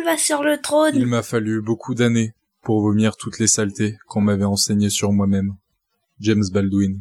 va sur le trône. Il m'a fallu beaucoup d'années pour vomir toutes les saletés qu'on m'avait enseignées sur moi-même. James Baldwin.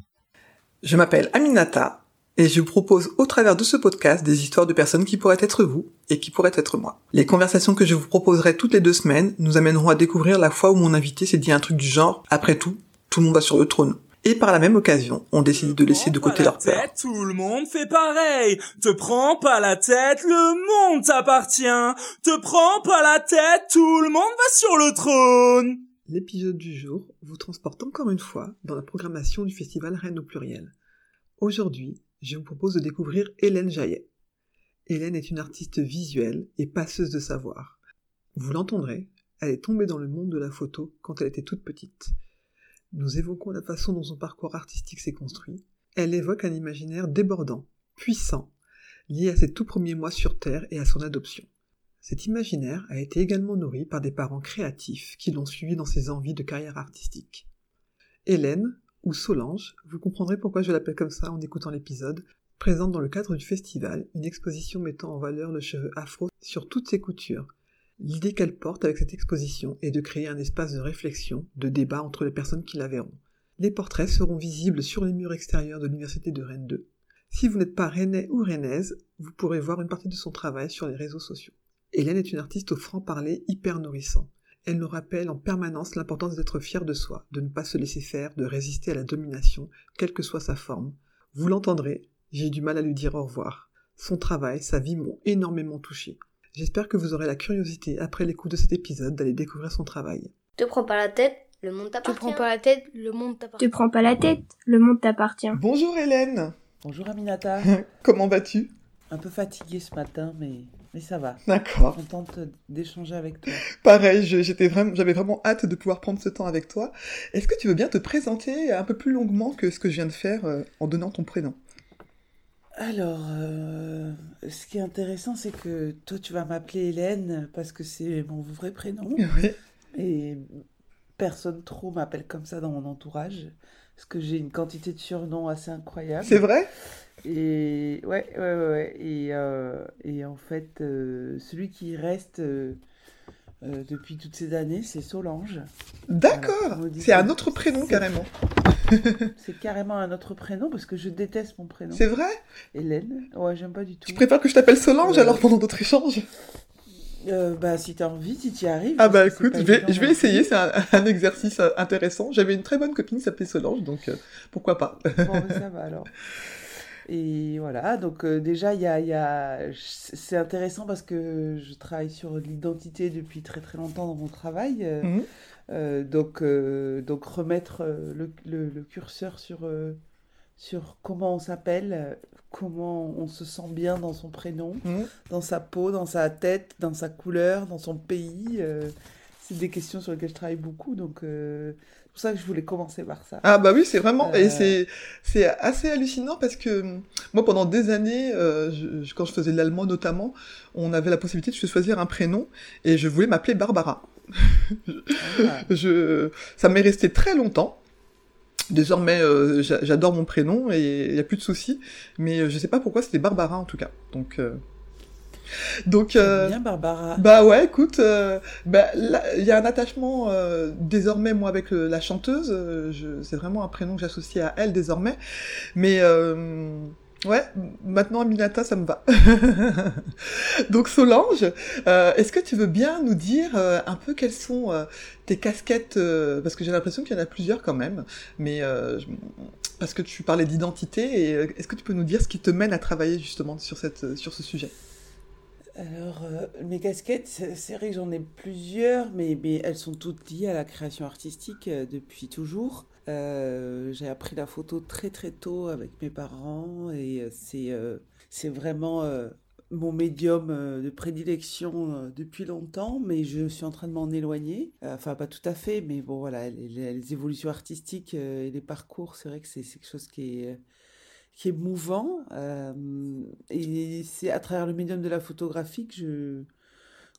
Je m'appelle Aminata et je vous propose au travers de ce podcast des histoires de personnes qui pourraient être vous et qui pourraient être moi. Les conversations que je vous proposerai toutes les 2 semaines nous amèneront à découvrir la fois où mon invité s'est dit un truc du genre « Après tout le monde va sur le trône ». Et par la même occasion, ont décidé de laisser de côté leur peur. Tout le monde fait pareil. Te prends pas la tête, le monde t'appartient. Te prends pas la tête, tout le monde va sur le trône. L'épisode du jour vous transporte encore une fois dans la programmation du festival Rennes au pluriel. Aujourd'hui, je vous propose de découvrir Hélène Jaillet. Hélène est une artiste visuelle et passeuse de savoir. Vous l'entendrez, elle est tombée dans le monde de la photo quand elle était toute petite. Nous évoquons la façon dont son parcours artistique s'est construit. Elle évoque un imaginaire débordant, puissant, lié à ses tout premiers mois sur Terre et à son adoption. Cet imaginaire a été également nourri par des parents créatifs qui l'ont suivi dans ses envies de carrière artistique. Hélène, ou Solange, vous comprendrez pourquoi je l'appelle comme ça en écoutant l'épisode, présente dans le cadre du festival une exposition mettant en valeur le cheveu afro sur toutes ses coutures. L'idée qu'elle porte avec cette exposition est de créer un espace de réflexion, de débat entre les personnes qui la verront. Les portraits seront visibles sur les murs extérieurs de l'université de Rennes 2. Si vous n'êtes pas rennais ou rennaise, vous pourrez voir une partie de son travail sur les réseaux sociaux. Hélène est une artiste au franc-parler hyper nourrissant. Elle nous rappelle en permanence l'importance d'être fier de soi, de ne pas se laisser faire, de résister à la domination, quelle que soit sa forme. Vous l'entendrez, j'ai du mal à lui dire au revoir. Son travail, sa vie m'ont énormément touchée. J'espère que vous aurez la curiosité, après l'écoute de cet épisode, d'aller découvrir son travail. Te prends pas la tête, le monde t'appartient. Te prends pas la tête, le monde t'appartient. Te prends pas la tête, le monde t'appartient. Bonjour Hélène. Bonjour Aminata. Comment vas-tu? Un peu fatiguée ce matin, mais ça va. D'accord. Contente d'échanger avec toi. Pareil, j'avais vraiment hâte de pouvoir prendre ce temps avec toi. Est-ce que tu veux bien te présenter un peu plus longuement que ce que je viens de faire en donnant ton prénom? Alors, ce qui est intéressant, c'est que toi, tu vas m'appeler Hélène parce que c'est mon vrai prénom. Oui. Et personne trop m'appelle comme ça dans mon entourage. Parce que j'ai une quantité de surnoms assez incroyable. C'est vrai? Et ouais. Et en fait, celui qui reste depuis toutes ces années, c'est Solange. D'accord. Alors, c'est un autre prénom carrément. C'est carrément un autre prénom parce que je déteste mon prénom. C'est vrai? Hélène. Ouais, j'aime pas du tout. Tu préfères que je t'appelle Solange alors pendant d'autres échanges? Si t'as envie, si t'y arrives. Ah bah écoute, je vais essayer, c'est un exercice intéressant. J'avais une très bonne copine qui s'appelait Solange, donc pourquoi pas. Bon, ça va alors. Et voilà, donc déjà, c'est intéressant parce que je travaille sur l'identité depuis très très longtemps dans mon travail. Donc remettre le curseur sur comment on s'appelle, comment on se sent bien dans son prénom, dans sa peau, dans sa tête, dans sa couleur, dans son pays. C'est des questions sur lesquelles je travaille beaucoup, donc c'est pour ça que je voulais commencer par ça. Ah bah oui, c'est vraiment, et c'est assez hallucinant parce que moi pendant des années, quand je faisais de l'allemand notamment, on avait la possibilité de choisir un prénom et je voulais m'appeler Barbara. Ça m'est resté très longtemps. Désormais, j'adore mon prénom et il n'y a plus de soucis, mais je sais pas pourquoi c'était Barbara en tout cas. Donc bien Barbara. Bah ouais, écoute, il y a un attachement désormais moi avec la chanteuse. C'est vraiment un prénom que j'associe à elle désormais. Mais ouais, maintenant Aminata, ça me va. Donc Solange, est-ce que tu veux bien nous dire un peu quelles sont tes casquettes, parce que j'ai l'impression qu'il y en a plusieurs quand même, mais parce que tu parlais d'identité, et est-ce que tu peux nous dire ce qui te mène à travailler justement sur ce sujet? Alors, mes casquettes, c'est vrai que j'en ai plusieurs, mais elles sont toutes liées à la création artistique depuis toujours. J'ai appris la photo très très tôt avec mes parents et c'est vraiment mon médium de prédilection depuis longtemps, mais je suis en train de m'en éloigner. Enfin, pas tout à fait, mais bon, voilà, les évolutions artistiques et les parcours, c'est vrai que c'est quelque chose qui est mouvant. Et c'est à travers le médium de la photographie que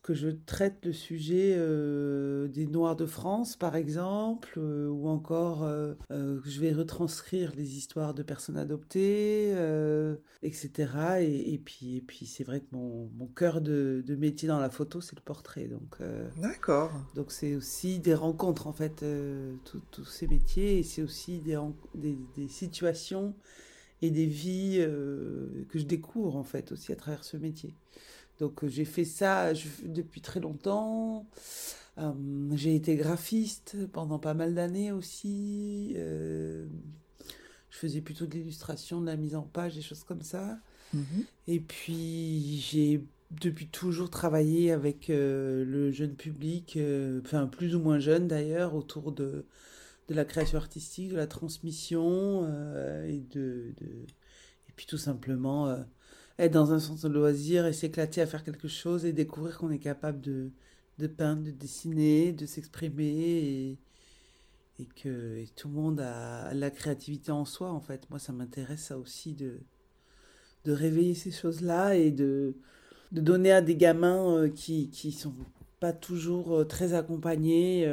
que je traite le sujet des Noirs de France, par exemple, ou encore que je vais retranscrire les histoires de personnes adoptées, etc. Et puis c'est vrai que mon cœur de métier dans la photo, c'est le portrait. D'accord. Donc c'est aussi des rencontres, en fait, tous ces métiers, et c'est aussi des situations et des vies que je découvre, en fait, aussi à travers ce métier. Donc j'ai fait ça depuis très longtemps. J'ai été graphiste pendant pas mal d'années aussi. Je faisais plutôt de l'illustration, de la mise en page, des choses comme ça. Et puis j'ai depuis toujours travaillé avec le jeune public, enfin plus ou moins jeune d'ailleurs, autour de la création artistique, de la transmission et puis tout simplement être dans un centre de loisirs et s'éclater à faire quelque chose et découvrir qu'on est capable de peindre, de dessiner, de s'exprimer et que tout le monde a la créativité en soi, en fait. Moi, ça m'intéresse, ça aussi, de réveiller ces choses-là et de donner à des gamins qui sont pas toujours très accompagnés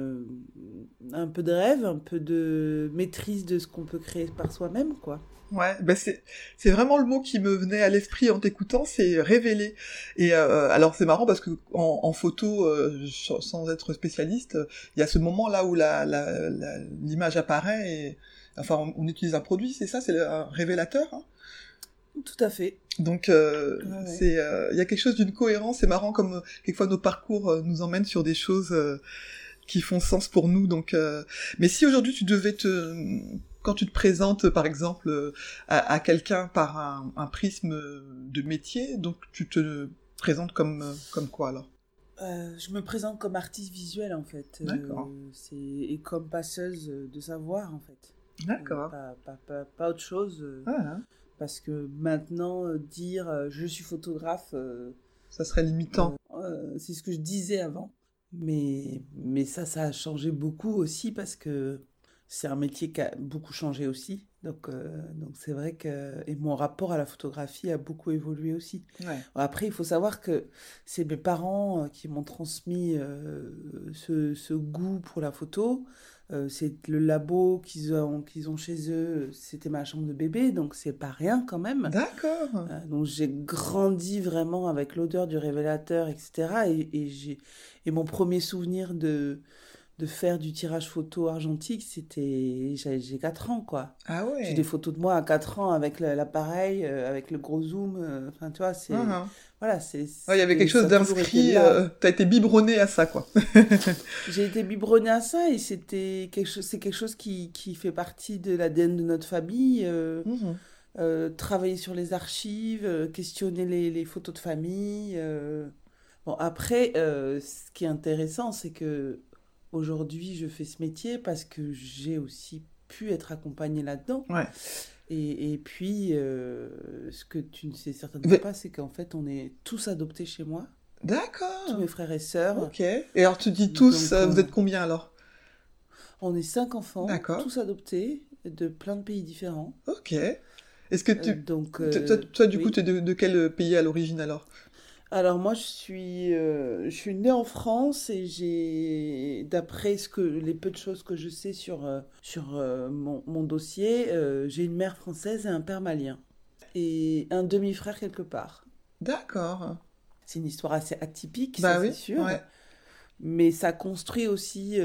un peu de rêve, un peu de maîtrise de ce qu'on peut créer par soi-même, quoi. Ouais, bah c'est vraiment le mot qui me venait à l'esprit en t'écoutant, c'est révéler. Et alors c'est marrant parce que en photo, sans être spécialiste, il y a ce moment là où l'image apparaît et enfin on utilise un produit, c'est ça, c'est un révélateur. Hein. Tout à fait. Donc ouais. c'est il y a quelque chose d'une cohérence. C'est marrant comme quelquefois nos parcours nous emmènent sur des choses qui font sens pour nous. Donc mais si aujourd'hui tu devais quand tu te présentes, par exemple, à quelqu'un par un prisme de métier, donc tu te présentes comme quoi, alors ? Je me présente comme artiste visuel, en fait. D'accord. Et comme passeuse de savoir, en fait. D'accord. Pas autre chose. Ah, Parce que maintenant, dire je suis photographe... ça serait limitant. C'est ce que je disais avant. Mais ça a changé beaucoup aussi parce que c'est un métier qui a beaucoup changé aussi. Donc c'est vrai que... Et mon rapport à la photographie a beaucoup évolué aussi. Ouais. Après, il faut savoir que c'est mes parents qui m'ont transmis ce goût pour la photo. C'est le labo qu'ils ont chez eux. C'était ma chambre de bébé, donc c'est pas rien quand même. D'accord. Donc j'ai grandi vraiment avec l'odeur du révélateur, etc. Et mon premier souvenir de faire du tirage photo argentique, j'ai 4 ans, quoi. Ah ouais. J'ai des photos de moi à 4 ans avec l'appareil, avec le gros zoom. Enfin, tu vois, c'est... Voilà, c'est... Il y avait quelque chose d'inscrit, t'as été biberonné à ça, quoi. J'ai été biberonnée à ça et c'est quelque chose qui fait partie de l'ADN de notre famille. Travailler sur les archives, questionner les photos de famille. Bon, après, ce qui est intéressant, c'est que aujourd'hui, je fais ce métier parce que j'ai aussi pu être accompagnée là-dedans. Ouais. Et puis, ce que tu ne sais certainement pas, c'est qu'en fait, on est tous adoptés chez moi. D'accord. Tous mes frères et sœurs. Ok. Et alors, tu dis tous, donc, vous êtes combien alors ? On est 5 enfants, tous adoptés, de plein de pays différents. Ok. Est-ce que toi, du coup, tu es de quel pays à l'origine alors ? Alors moi, je suis née en France et d'après les peu de choses que je sais sur mon dossier, j'ai une mère française et un père malien. Et un demi-frère quelque part. D'accord. C'est une histoire assez atypique, oui, c'est sûr. Ouais. Mais ça construit aussi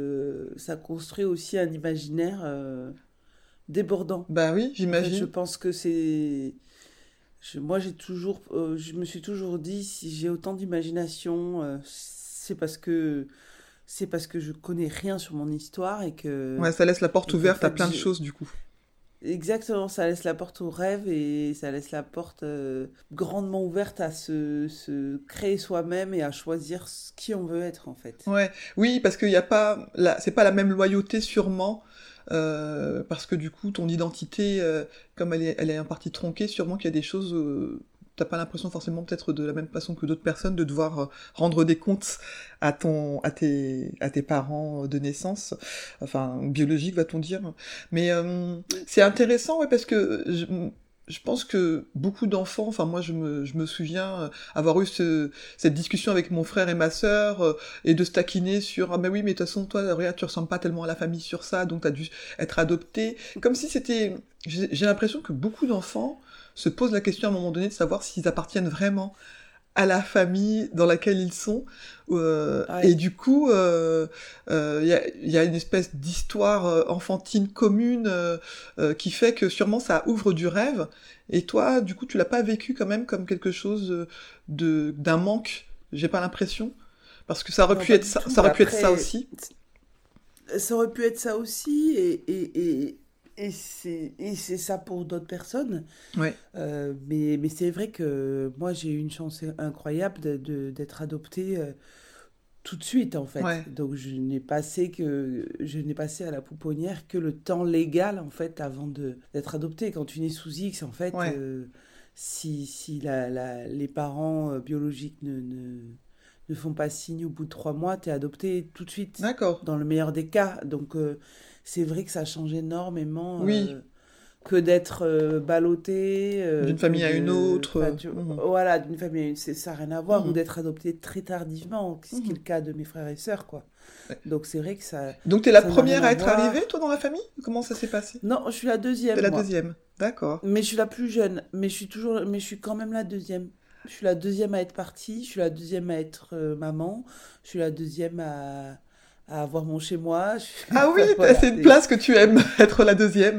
un imaginaire débordant. Bah oui, j'imagine. En fait, je pense que c'est... Moi, je me suis toujours dit, si j'ai autant d'imagination, c'est parce que je connais rien sur mon histoire et que... Ouais, ça laisse la porte ouverte à plein de choses, du coup. Exactement, ça laisse la porte au rêve et ça laisse la porte grandement ouverte à se créer soi-même et à choisir qui on veut être, en fait. Ouais, oui, parce qu'il y a pas... c'est pas la même loyauté, sûrement... parce que du coup ton identité comme elle est en partie tronquée, sûrement qu'il y a des choses t'as pas l'impression forcément peut-être de la même façon que d'autres personnes de devoir rendre des comptes à tes parents de naissance, enfin biologiques va-t-on dire, mais c'est intéressant, ouais, parce que je pense que beaucoup d'enfants, enfin moi je me souviens avoir eu cette discussion avec mon frère et ma sœur et de se taquiner sur ah mais oui mais de toute façon toi regarde tu ressembles pas tellement à la famille sur ça donc t'as dû être adopté, comme si c'était, j'ai l'impression que beaucoup d'enfants se posent la question à un moment donné de savoir s'ils appartiennent vraiment à la famille dans laquelle ils sont, et du coup il y a une espèce d'histoire enfantine commune qui fait que sûrement ça ouvre du rêve, et toi du coup tu l'as pas vécu quand même comme quelque chose d'un manque, j'ai pas l'impression, parce que ça aurait pu être ça, ça aurait pu être ça aussi. Ça aurait pu être ça aussi, et c'est ça pour d'autres personnes. Ouais. Mais c'est vrai que moi, j'ai eu une chance incroyable d'être adoptée tout de suite, en fait. Ouais. Donc, je n'ai passé à la pouponnière que le temps légal, en fait, avant d'être adoptée. Quand tu nais sous X, en fait, Ouais. si les parents biologiques ne font pas signe au bout de 3 mois, t'es adopté tout de suite. D'accord. Dans le meilleur des cas. Donc, c'est vrai que ça change énormément Oui. que d'être ballotté. D'une famille à une autre. Voilà, d'une famille à une autre. Ça n'a rien à voir. Mhm. Ou d'être adopté très tardivement, ce qui est le cas de mes frères et sœurs, quoi. Ouais. Donc, c'est vrai que ça. Donc t'es la ça n'a première rien à être voir. arrivée, toi, dans la famille? Comment ça s'est passé? Non, je suis la deuxième. T'es la moi. deuxième. D'accord. Mais je suis la plus jeune. Mais je suis quand même la deuxième. Je suis la deuxième à être partie. Je suis la deuxième à être maman. Je suis la deuxième à avoir mon chez moi. Ah oui, Voilà. c'est une place que tu aimes, être la deuxième.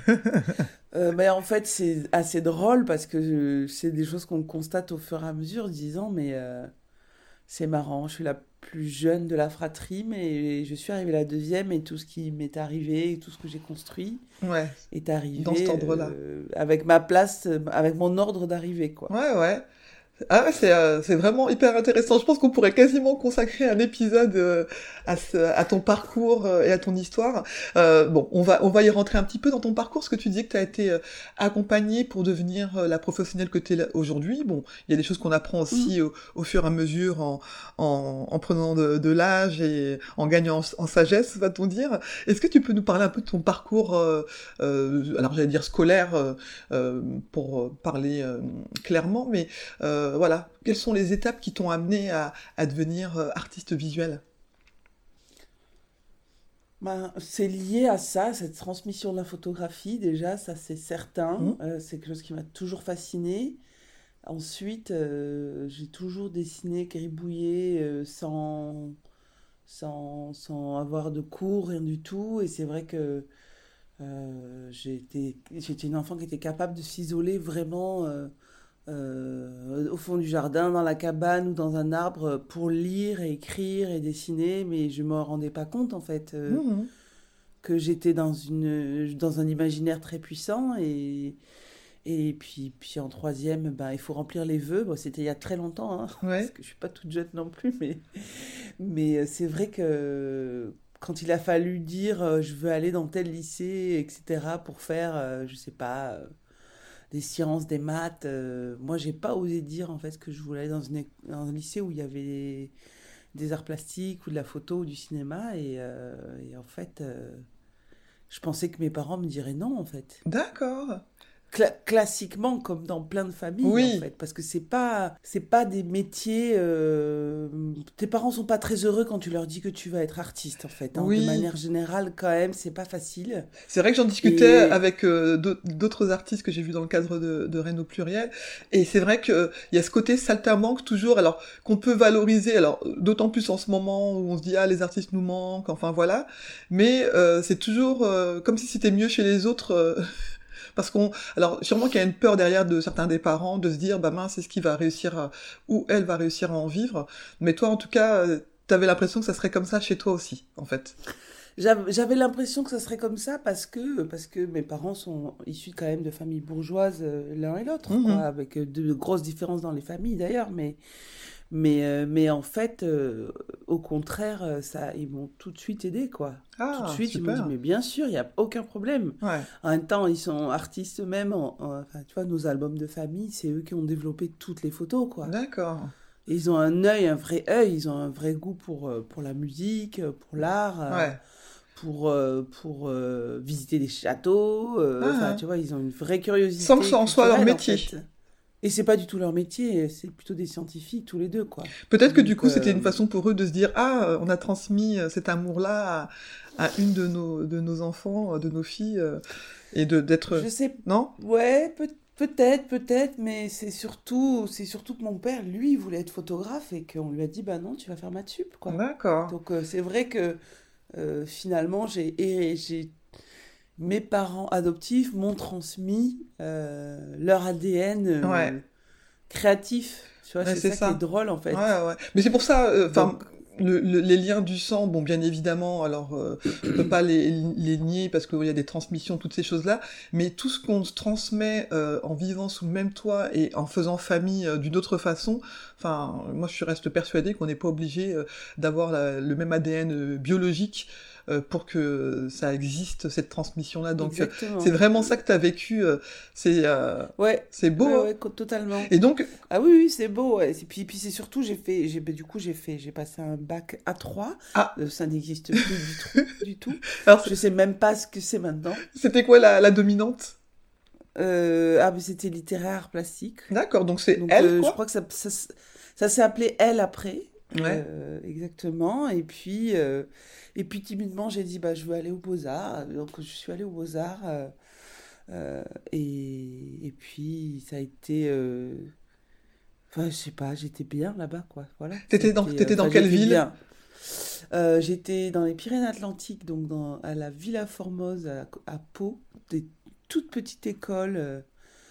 Mais en fait, c'est assez drôle parce que c'est des choses qu'on constate au fur et à mesure, disant, mais c'est marrant, je suis la plus jeune de la fratrie, mais je suis arrivée la deuxième et tout ce qui m'est arrivé, tout ce que j'ai construit Ouais, est arrivé dans cet ordre-là. avec ma place, avec mon ordre d'arrivée, quoi. Ouais. Ah ouais, c'est vraiment hyper intéressant. Je pense qu'on pourrait quasiment consacrer un épisode à ton parcours et à ton histoire. Bon, on va y rentrer un petit peu dans ton parcours, parce que tu disais que tu as été accompagnée pour devenir la professionnelle que tu es aujourd'hui. Bon, il y a des choses qu'on apprend aussi au fur et à mesure en prenant de l'âge et en gagnant en sagesse, va-t-on dire. Est-ce que tu peux nous parler un peu de ton parcours, alors j'allais dire scolaire, pour parler clairement, mais voilà, quelles sont les étapes qui t'ont amené à devenir artiste visuel? Ben, c'est lié à ça, cette transmission de la photographie, déjà, ça c'est certain. C'est quelque chose qui m'a toujours fascinée. Ensuite, j'ai toujours dessiné, gribouillé, sans avoir de cours, rien du tout. Et c'est vrai que j'étais une enfant qui était capable de s'isoler vraiment au fond du jardin, dans la cabane ou dans un arbre pour lire et écrire et dessiner, mais je me rendais pas compte en fait que j'étais dans un imaginaire très puissant, et puis en troisième, ben, il faut remplir les vœux. Bon, c'était il y a très longtemps, hein, Ouais. parce que je suis pas toute jeune non plus, mais c'est vrai que quand il a fallu dire je veux aller dans tel lycée, etc., pour faire, je sais pas, des sciences, des maths, moi j'ai pas osé dire en fait que je voulais aller dans un lycée où il y avait des arts plastiques ou de la photo ou du cinéma, et en fait je pensais que mes parents me diraient non en fait. D'accord. Classiquement, comme dans plein de familles, Oui. en fait, parce que c'est pas des métiers. Tes parents sont pas très heureux quand tu leur dis que tu vas être artiste, en fait, hein. Oui. De manière générale, quand même, c'est pas facile. C'est vrai que j'en discutais Et- avec d'autres artistes que j'ai vus dans le cadre de Rennes au pluriel, et c'est vrai qu'il y a ce côté saltimbanque toujours, alors qu'on peut valoriser, alors d'autant plus en ce moment où on se dit ah les artistes nous manquent, enfin voilà, mais c'est toujours comme si c'était mieux chez les autres. Parce alors sûrement qu'il y a une peur derrière de certains des parents de se dire bah mince, c'est ce qui va réussir ou elle va réussir à en vivre, mais toi en tout cas t'avais l'impression que ça serait comme ça chez toi aussi en fait. J'avais l'impression que ça serait comme ça parce que mes parents sont issus quand même de familles bourgeoises, l'un et l'autre, quoi, avec de grosses différences dans les familles d'ailleurs, mais en fait, au contraire, ils m'ont tout de suite aidé, quoi. Ah, Tout de suite, ils m'ont super. dit, mais bien sûr, il n'y a aucun problème. Ouais. En même temps, ils sont artistes eux-mêmes. Enfin, tu vois, nos albums de famille, c'est eux qui ont développé toutes les photos, quoi. D'accord. Et ils ont un vrai œil, ils ont un vrai goût pour la musique, pour l'art, Ouais. pour visiter des châteaux. Enfin, tu vois, ils ont une vraie curiosité. Sans que ce soit leur culturelle, en métier. fait. Et c'est pas du tout leur métier, c'est plutôt des scientifiques tous les deux, quoi. Peut-être que du Donc, coup, c'était une façon pour eux de se dire, on a transmis cet amour-là à une de nos enfants, de nos filles, et d'être... Je sais. Non? Ouais, peut-être, mais c'est surtout que mon père, lui, voulait être photographe et qu'on lui a dit, bah non, tu vas faire maths sup, quoi. D'accord. Donc c'est vrai que finalement, mes parents adoptifs m'ont transmis leur ADN Ouais. créatif. Tu vois, Ouais, c'est c'est ça ça. qui est drôle, en fait. Ouais. Mais c'est pour ça, Donc, les liens du sang, bon, bien évidemment, alors, on peut pas les nier parce qu'il y a des transmissions, toutes ces choses-là, mais tout ce qu'on se transmet en vivant sous le même toit et en faisant famille d'une autre façon, enfin, moi, je reste persuadée qu'on n'est pas obligé d'avoir le même ADN biologique pour que ça existe, cette transmission-là. Donc, exactement. c'est vraiment ça que tu as vécu, Ouais. c'est beau, hein. Ouais, totalement. Et donc, Ah oui, c'est beau, ouais. Et puis c'est surtout, j'ai passé un bac A3. Ah. Ça n'existe plus du tout. alors, Je sais même pas ce que c'est maintenant. c'était quoi la dominante? Mais c'était littéraire plastique. D'accord, donc c'est Donc, elle, quoi? je crois que ça s'est appelé Elle après. Ouais. Exactement. Et puis timidement, j'ai dit, bah, je veux aller aux Beaux-Arts. Donc, je suis allée aux Beaux-Arts. Et puis, ça a été... Enfin, je sais pas, j'étais bien là-bas, quoi. Voilà. T'étais dans quelle j'étais ville? bien. J'étais dans les Pyrénées-Atlantiques, donc à la Villa Formose à Pau, des toutes petites écoles,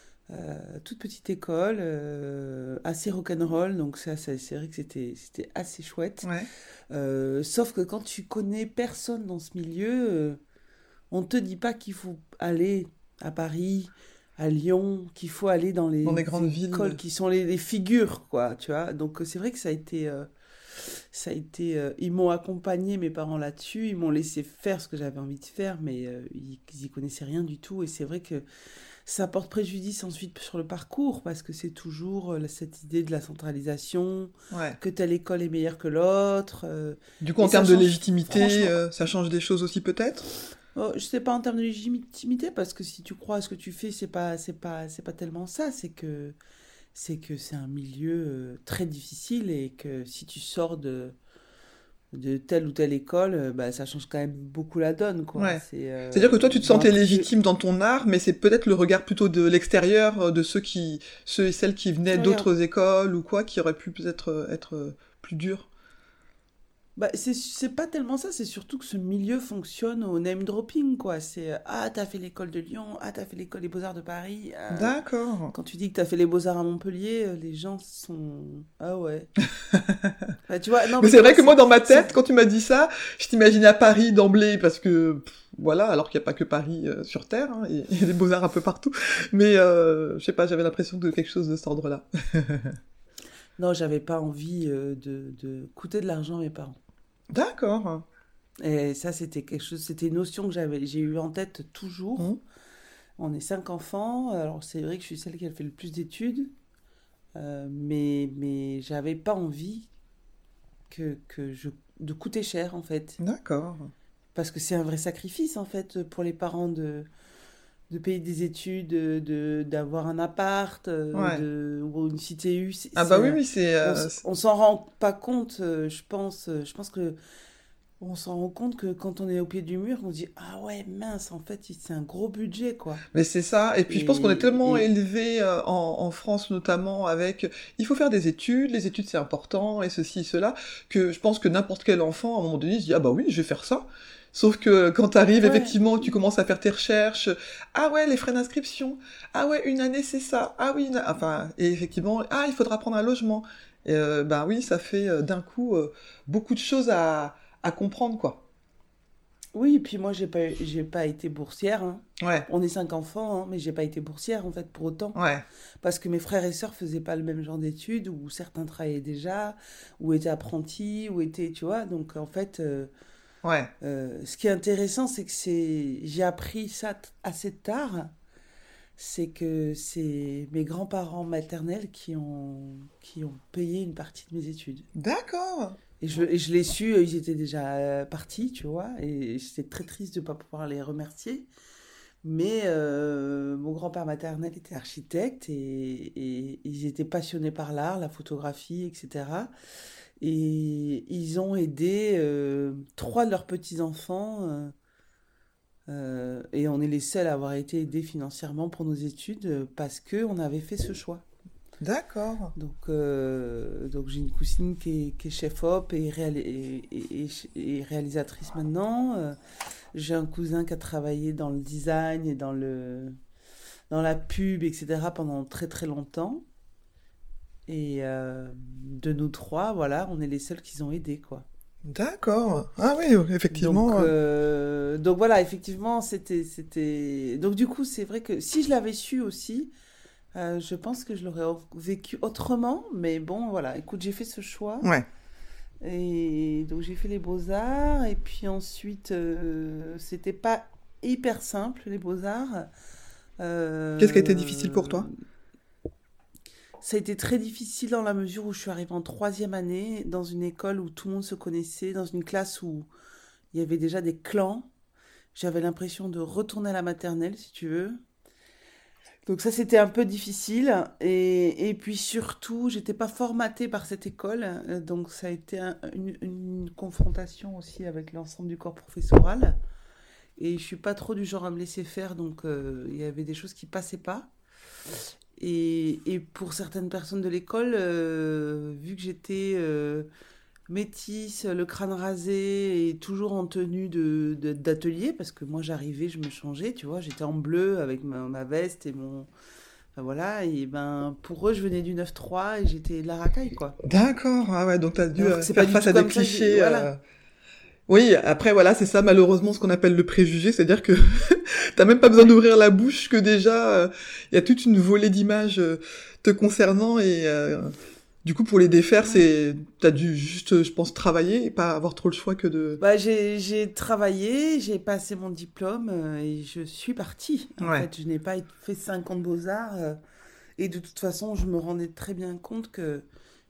assez rock'n'roll, donc c'est vrai que c'était assez chouette. Ouais. Sauf que quand tu connais personne dans ce milieu, on te dit pas qu'il faut aller à Paris, à Lyon, qu'il faut aller dans les grandes villes. écoles qui sont les figures, quoi, tu vois. Donc c'est vrai que ça a été, ils m'ont accompagné, mes parents, là-dessus, ils m'ont laissé faire ce que j'avais envie de faire, mais ils y connaissaient rien du tout, et c'est vrai que ça porte préjudice ensuite sur le parcours, parce que c'est toujours cette idée de la centralisation, Ouais. que telle école est meilleure que l'autre. Du coup, en Et ça termes de change, légitimité, franchement. ça change des choses aussi, peut-être? Je sais pas en termes de légitimité, parce que si tu crois à ce que tu fais, c'est pas tellement ça, c'est que c'est un milieu très difficile, et que si tu sors de telle ou telle école, bah, ça change quand même beaucoup la donne, quoi. Ouais. C'est-à-dire que toi, tu te sentais légitime dans ton art, mais c'est peut-être le regard plutôt de l'extérieur, de ceux et celles qui venaient d'autres écoles ou quoi, qui auraient pu peut-être être plus durs. Bah, c'est pas tellement ça, c'est surtout que ce milieu fonctionne au name dropping, quoi. C'est t'as fait l'école de Lyon, t'as fait l'école des Beaux-Arts de Paris. D'accord. Quand tu dis que t'as fait les Beaux-Arts à Montpellier, les gens sont. Ah ouais. Bah, tu vois, non, mais c'est vrai que moi, dans ma tête, quand tu m'as dit ça, je t'imaginais à Paris d'emblée, parce que, voilà, alors qu'il n'y a pas que Paris sur Terre, hein, il y a des Beaux-Arts un peu partout. Mais, je sais pas, j'avais l'impression de quelque chose de cet ordre-là. Non, j'avais pas envie de coûter de l'argent à mes parents. D'accord. Et ça, c'était une notion que j'ai eue en tête toujours. On est 5 enfants, alors c'est vrai que je suis celle qui a fait le plus d'études, mais j'avais pas envie de coûter cher, en fait. D'accord. Parce que c'est un vrai sacrifice, en fait, pour les parents de payer des études, d'avoir un appart, ou une CTU. Oui, c'est... On s'en rend pas compte, je pense que on s'en rend compte que quand on est au pied du mur, on se dit « Ah ouais, mince, en fait, c'est un gros budget, quoi. » Mais c'est ça, et puis je pense qu'on est tellement élevés en France notamment avec « Il faut faire des études, les études c'est important, et ceci, cela », que je pense que n'importe quel enfant, à un moment donné, se dit « Ah bah oui, je vais faire ça ». Sauf que quand t'arrives, effectivement, tu commences à faire tes recherches. Ah ouais, les frais d'inscription. Ah ouais, une année, c'est ça. Ah oui, et effectivement, il faudra prendre un logement. Et, oui, ça fait d'un coup beaucoup de choses à comprendre, quoi. Oui, et puis moi, j'ai pas été boursière. Hein. Ouais. On est 5 enfants, hein, mais j'ai pas été boursière, en fait, pour autant. Ouais. Parce que mes frères et sœurs faisaient pas le même genre d'études, ou certains travaillaient déjà, ou étaient apprentis, ou étaient, tu vois. Donc, en fait... ce qui est intéressant, c'est que j'ai appris ça assez tard. C'est que c'est mes grands-parents maternels qui ont payé une partie de mes études. D'accord. Et je l'ai su, ils étaient déjà partis, tu vois, et j'étais très triste de ne pas pouvoir les remercier. Mais mon grand-père maternel était architecte et ils étaient passionnés par l'art, la photographie, etc. Et ils ont aidé 3 de leurs petits-enfants. Et on est les seuls à avoir été aidés financièrement pour nos études parce qu'on avait fait ce choix. D'accord. Donc j'ai une cousine qui est chef-op et réalisatrice maintenant. J'ai un cousin qui a travaillé dans le design et dans la pub, etc. pendant très très longtemps. Et de nous 3, voilà, on est les seuls qu'ils ont aidés, quoi. D'accord. Ah oui, effectivement. Donc voilà, effectivement, c'était... Donc du coup, c'est vrai que si je l'avais su aussi, je pense que je l'aurais vécu autrement. Mais bon, voilà, écoute, j'ai fait ce choix. Ouais. Et donc j'ai fait les Beaux-Arts. Et puis ensuite, c'était pas hyper simple, les Beaux-Arts. Qu'est-ce qui a été difficile pour toi ? Ça a été très difficile dans la mesure où je suis arrivée en 3e année dans une école où tout le monde se connaissait, dans une classe où il y avait déjà des clans. J'avais l'impression de retourner à la maternelle, si tu veux. Donc ça, c'était un peu difficile. Et puis surtout, j'étais pas formatée par cette école. Donc ça a été une confrontation aussi avec l'ensemble du corps professoral. Et je suis pas trop du genre à me laisser faire. Donc il y avait des choses qui passaient pas. Et pour certaines personnes de l'école, vu que j'étais métisse, le crâne rasé et toujours en tenue d'atelier, parce que moi j'arrivais, je me changeais, tu vois, j'étais en bleu avec ma veste et mon... Enfin, voilà, et ben pour eux je venais du 9-3 et j'étais de la racaille, quoi. D'accord, ah ouais, donc t'as dû c'est faire pas du face tout à des comme ça, clichés. voilà. Oui, après voilà, c'est ça malheureusement ce qu'on appelle le préjugé, c'est-à-dire que t'as même pas besoin d'ouvrir la bouche que déjà il y a toute une volée d'images te concernant et du coup pour les défaire, t'as dû juste, je pense, travailler et pas avoir trop le choix que de... Bah, j'ai travaillé, j'ai passé mon diplôme et je suis partie. En fait, je n'ai pas fait 5 ans de Beaux-Arts et de toute façon, je me rendais très bien compte que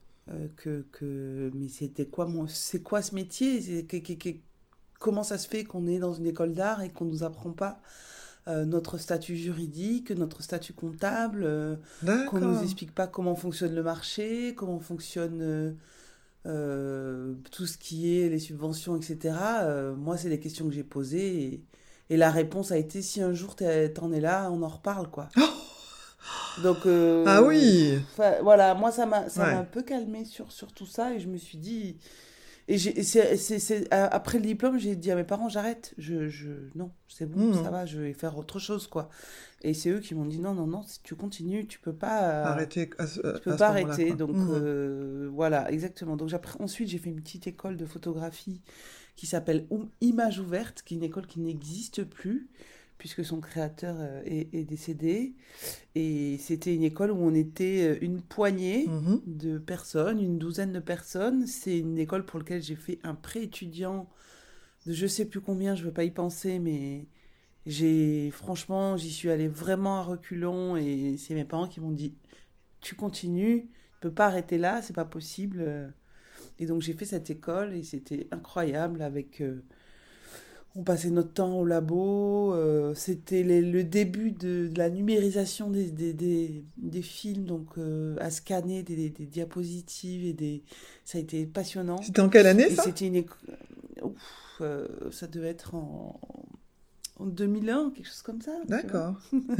mais c'est quoi ce métier? Comment ça se fait qu'on est dans une école d'art et qu'on ne nous apprend pas notre statut juridique, notre statut comptable, qu'on ne nous explique pas comment fonctionne le marché, comment fonctionne tout ce qui est les subventions, etc. Moi, c'est des questions que j'ai posées et la réponse a été si un jour t'en es là, on en reparle, quoi. Donc, ah oui. Voilà, moi ça m'a un peu calmée sur tout ça et je me suis dit et après le diplôme j'ai dit à mes parents j'arrête, non c'est bon, ça va, je vais faire autre chose, quoi. Et c'est eux qui m'ont dit non, si tu continues tu peux pas arrêter arrêter, donc voilà, exactement. Donc ensuite j'ai fait une petite école de photographie qui s'appelle Image Ouverte, qui est une école qui n'existe plus puisque son créateur est décédé. Et c'était une école où on était une poignée de personnes, une douzaine de personnes. C'est une école pour laquelle j'ai fait un pré-étudiant de je sais plus combien, je ne veux pas y penser, mais franchement, j'y suis allée vraiment à reculons et c'est mes parents qui m'ont dit « Tu continues, tu ne peux pas arrêter là, c'est pas possible. » Et donc j'ai fait cette école et c'était incroyable avec... on passait notre temps au labo, c'était le début de la numérisation des films, donc à scanner des diapositives, ça a été passionnant. C'était en quelle année, ça ? C'était ça devait être en 2001, quelque chose comme ça. D'accord.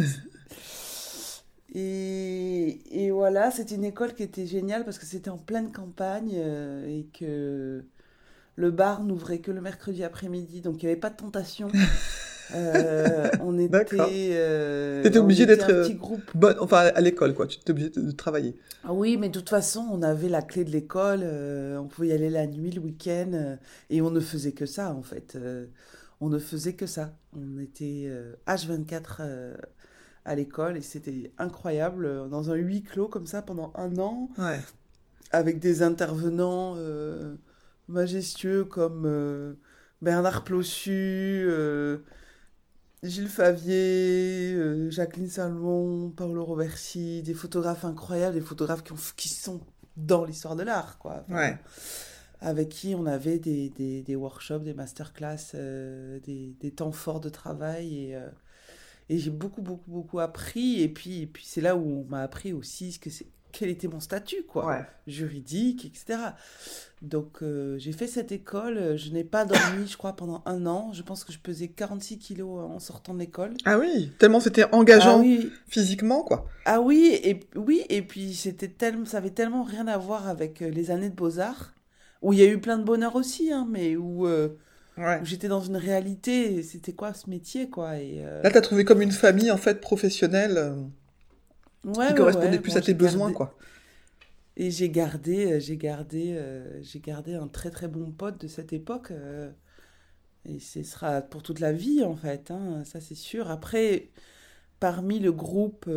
Et voilà, c'était une école qui était géniale parce que c'était en pleine campagne et que... le bar n'ouvrait que le mercredi après-midi, donc il n'y avait pas de tentation. On était... T'étais obligé d'être un petit groupe. Enfin, à l'école, quoi. Tu étais obligé de travailler. Ah oui, mais de toute façon, on avait la clé de l'école. On pouvait y aller la nuit, le week-end. Et on ne faisait que ça, en fait. On ne faisait que ça. On était H24 à l'école et c'était incroyable. Dans un huis clos, comme ça, pendant 1 an. Ouais. Avec des intervenants... majestueux comme Bernard Plossu, Gilles Favier, Jacqueline Salmon, Paolo Roversi, des photographes incroyables, des photographes qui sont dans l'histoire de l'art, quoi. Enfin, avec qui on avait des workshops, des masterclass, des temps forts de travail. Et j'ai beaucoup appris. Et puis c'est là où on m'a appris aussi quel était mon statut, quoi, juridique, etc. Donc, j'ai fait cette école. Je n'ai pas dormi, je crois, pendant 1 an. Je pense que je pesais 46 kilos en sortant de l'école. Ah oui, tellement c'était engageant physiquement, quoi. Ah oui, et puis ça avait tellement rien à voir avec les années de Beaux-Arts, où il y a eu plein de bonheur aussi, hein, mais où j'étais dans une réalité. C'était quoi ce métier, quoi. Là, t'as trouvé comme une famille, en fait, professionnelle, qui correspondait plus à tes besoins, quoi. Et j'ai gardé un très très bon pote de cette époque. Et ce sera pour toute la vie, en fait, hein, ça c'est sûr. Après, parmi le groupe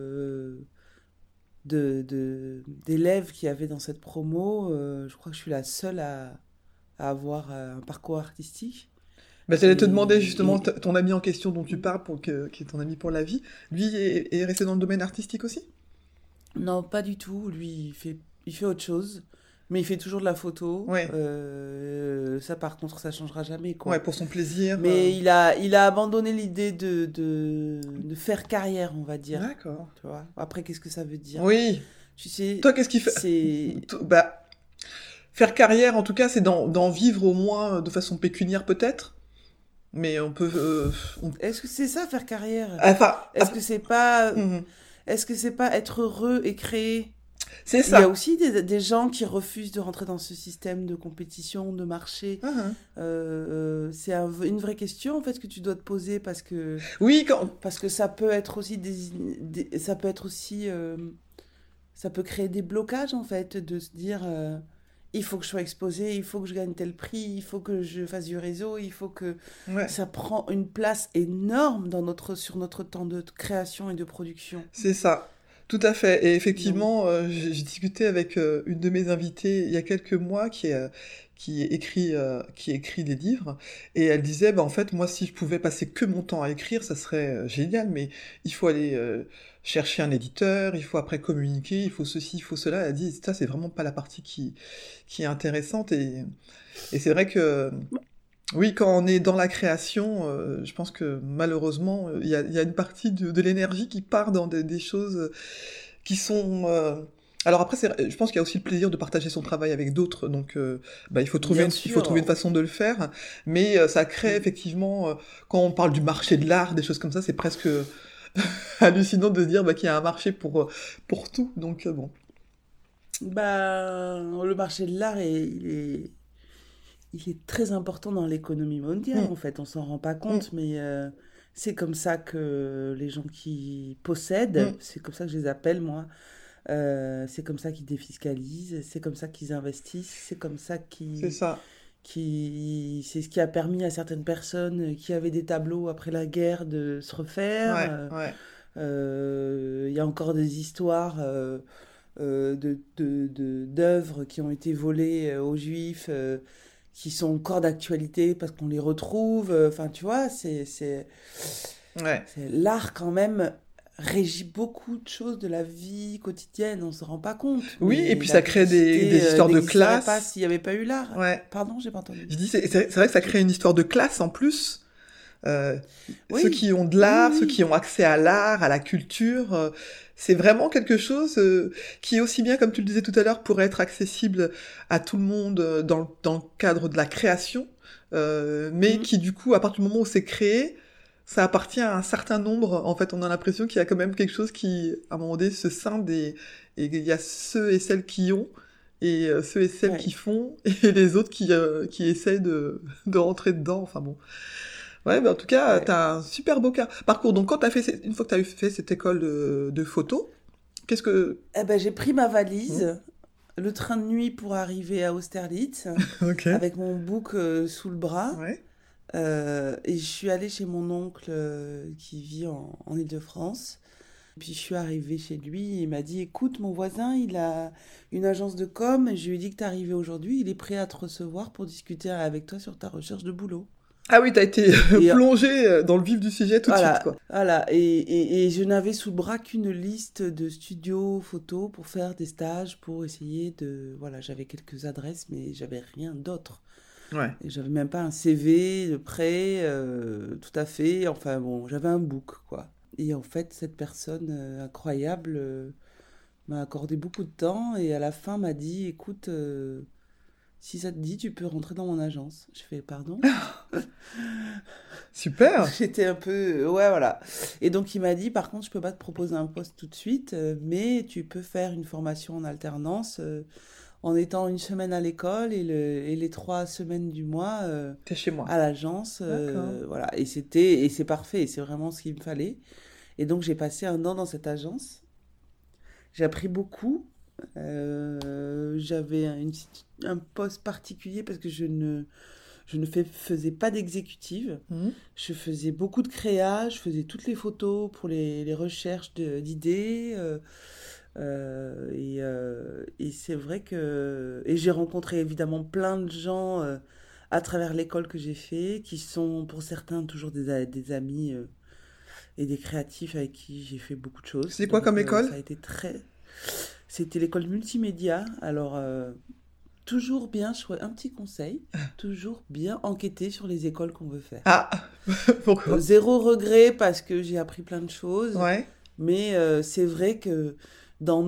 d'élèves qu'il y avait dans cette promo, je crois que je suis la seule à avoir un parcours artistique. J'allais te demander justement, ton ami en question dont tu parles, qui est ton ami pour la vie, lui est resté dans le domaine artistique aussi ? Non, pas du tout. Lui, il fait autre chose, mais il fait toujours de la photo. Ça, par contre, ça changera jamais, quoi. Ouais, pour son plaisir. Mais il a abandonné l'idée de faire carrière, on va dire. D'accord. Tu vois. Après, qu'est-ce que ça veut dire ? Oui. Tu sais. Toi, qu'est-ce qu'il fait ? Faire carrière, en tout cas, c'est d'en vivre au moins de façon pécuniaire, peut-être. Mais on peut. Est-ce que c'est ça, faire carrière ? Est-ce que c'est pas. Est-ce que c'est pas être heureux et créer ? C'est ça. Il y a aussi des gens qui refusent de rentrer dans ce système de compétition, de marché. C'est une vraie question, en fait, que tu dois te poser parce que... Oui, parce que ça peut être aussi ça peut créer des blocages, en fait, de se dire... il faut que je sois exposée, il faut que je gagne tel prix, il faut que je fasse du réseau, il faut que... Ça prend une place énorme sur notre temps de création et de production. C'est ça, tout à fait. Et effectivement, j'ai discuté avec une de mes invitées il y a quelques mois qui écrit des livres, et elle disait, en fait, moi, si je pouvais passer que mon temps à écrire, ça serait génial, mais il faut aller... chercher un éditeur, il faut après communiquer, il faut ceci, il faut cela. Elle a dit, ça, c'est vraiment pas la partie qui est intéressante. Et c'est vrai que, oui, quand on est dans la création, je pense que malheureusement, il y a une partie de l'énergie qui part dans des choses qui sont... Alors après, je pense qu'il y a aussi le plaisir de partager son travail avec d'autres, donc il faut trouver une façon de le faire. Mais ça crée effectivement, quand on parle du marché de l'art, des choses comme ça, c'est presque... hallucinant de se dire qu'il y a un marché pour tout, donc bon. Le marché de l'art, il est très important dans l'économie mondiale, en fait. On s'en rend pas compte, mais c'est comme ça que les gens qui possèdent, c'est comme ça que je les appelle, moi, c'est comme ça qu'ils défiscalisent, c'est comme ça qu'ils investissent, c'est comme ça qu'ils... C'est ça. C'est ce qui a permis à certaines personnes qui avaient des tableaux après la guerre de se refaire. Il y a encore des histoires d'œuvres qui ont été volées aux Juifs, qui sont encore d'actualité parce qu'on les retrouve. Enfin, tu vois, c'est l'art quand même régit beaucoup de choses de la vie quotidienne, on se rend pas compte. Oui, et puis ça crée des histoires de classe. Pas s'il y avait pas eu l'art. Pardon, j'ai pas entendu. Je dis, c'est vrai que ça crée une histoire de classe en plus. Ceux qui ont de l'art, ceux qui ont accès à l'art, à la culture, c'est vraiment quelque chose qui est aussi bien, comme tu le disais tout à l'heure, pourrait être accessible à tout le monde dans le cadre de la création, mais qui du coup, à partir du moment où c'est créé, ça appartient à un certain nombre. En fait, on a l'impression qu'il y a quand même quelque chose qui, à un moment donné, se scinde et il y a ceux et celles qui ont, et ceux et celles qui font, et les autres qui essayent de rentrer dedans. Enfin bon. Ouais, en tout cas, t'as un super beau parcours. Donc, quand une fois que t'as fait cette école de photo, qu'est-ce que... j'ai pris ma valise, le train de nuit pour arriver à Austerlitz, avec mon bouc sous le bras. Et je suis allée chez mon oncle qui vit en Île-de-France. Puis je suis arrivée chez lui, il m'a dit, écoute, mon voisin, il a une agence de com, je lui ai dit que t'es arrivée aujourd'hui, il est prêt à te recevoir pour discuter avec toi sur ta recherche de boulot. Ah oui, t'as été Et- plongé dans le vif du sujet tout de Voilà, suite, quoi. voilà. Et je n'avais sous le bras qu'une liste de studios photos pour faire des stages, pour essayer de... Voilà, j'avais quelques adresses, mais j'avais rien d'autre. Ouais. Et j'avais même pas un CV de prêt, tout à fait. Enfin bon, j'avais un book, quoi. Et en fait, cette personne incroyable m'a accordé beaucoup de temps et à la fin m'a dit, écoute, si ça te dit, tu peux rentrer dans mon agence. Je fais, pardon? Super. J'étais un peu... Ouais, voilà. Et donc, il m'a dit, par contre, je peux pas te proposer un poste tout de suite, mais tu peux faire une formation en alternance en étant une semaine à l'école et les 3 semaines du mois T'es chez moi. à l'agence. D'accord. Voilà. Et c'est parfait. C'est vraiment ce qu'il me fallait. Et donc, j'ai passé 1 an dans cette agence. J'ai appris beaucoup. J'avais un poste particulier parce que je ne faisais pas d'exécutive. Mhm. Je faisais beaucoup de créa, je faisais toutes les photos pour les recherches d'idées. Et c'est vrai que... Et j'ai rencontré évidemment plein de gens à travers l'école que j'ai fait, qui sont pour certains toujours des amis et des créatifs avec qui j'ai fait beaucoup de choses. C'est quoi Donc, comme école? ça a été très... C'était l'école multimédia. Alors, toujours bien, un petit conseil, toujours bien enquêter sur les écoles qu'on veut faire. Ah, pourquoi? 0 regret parce que j'ai appris plein de choses. Ouais. Mais c'est vrai que dans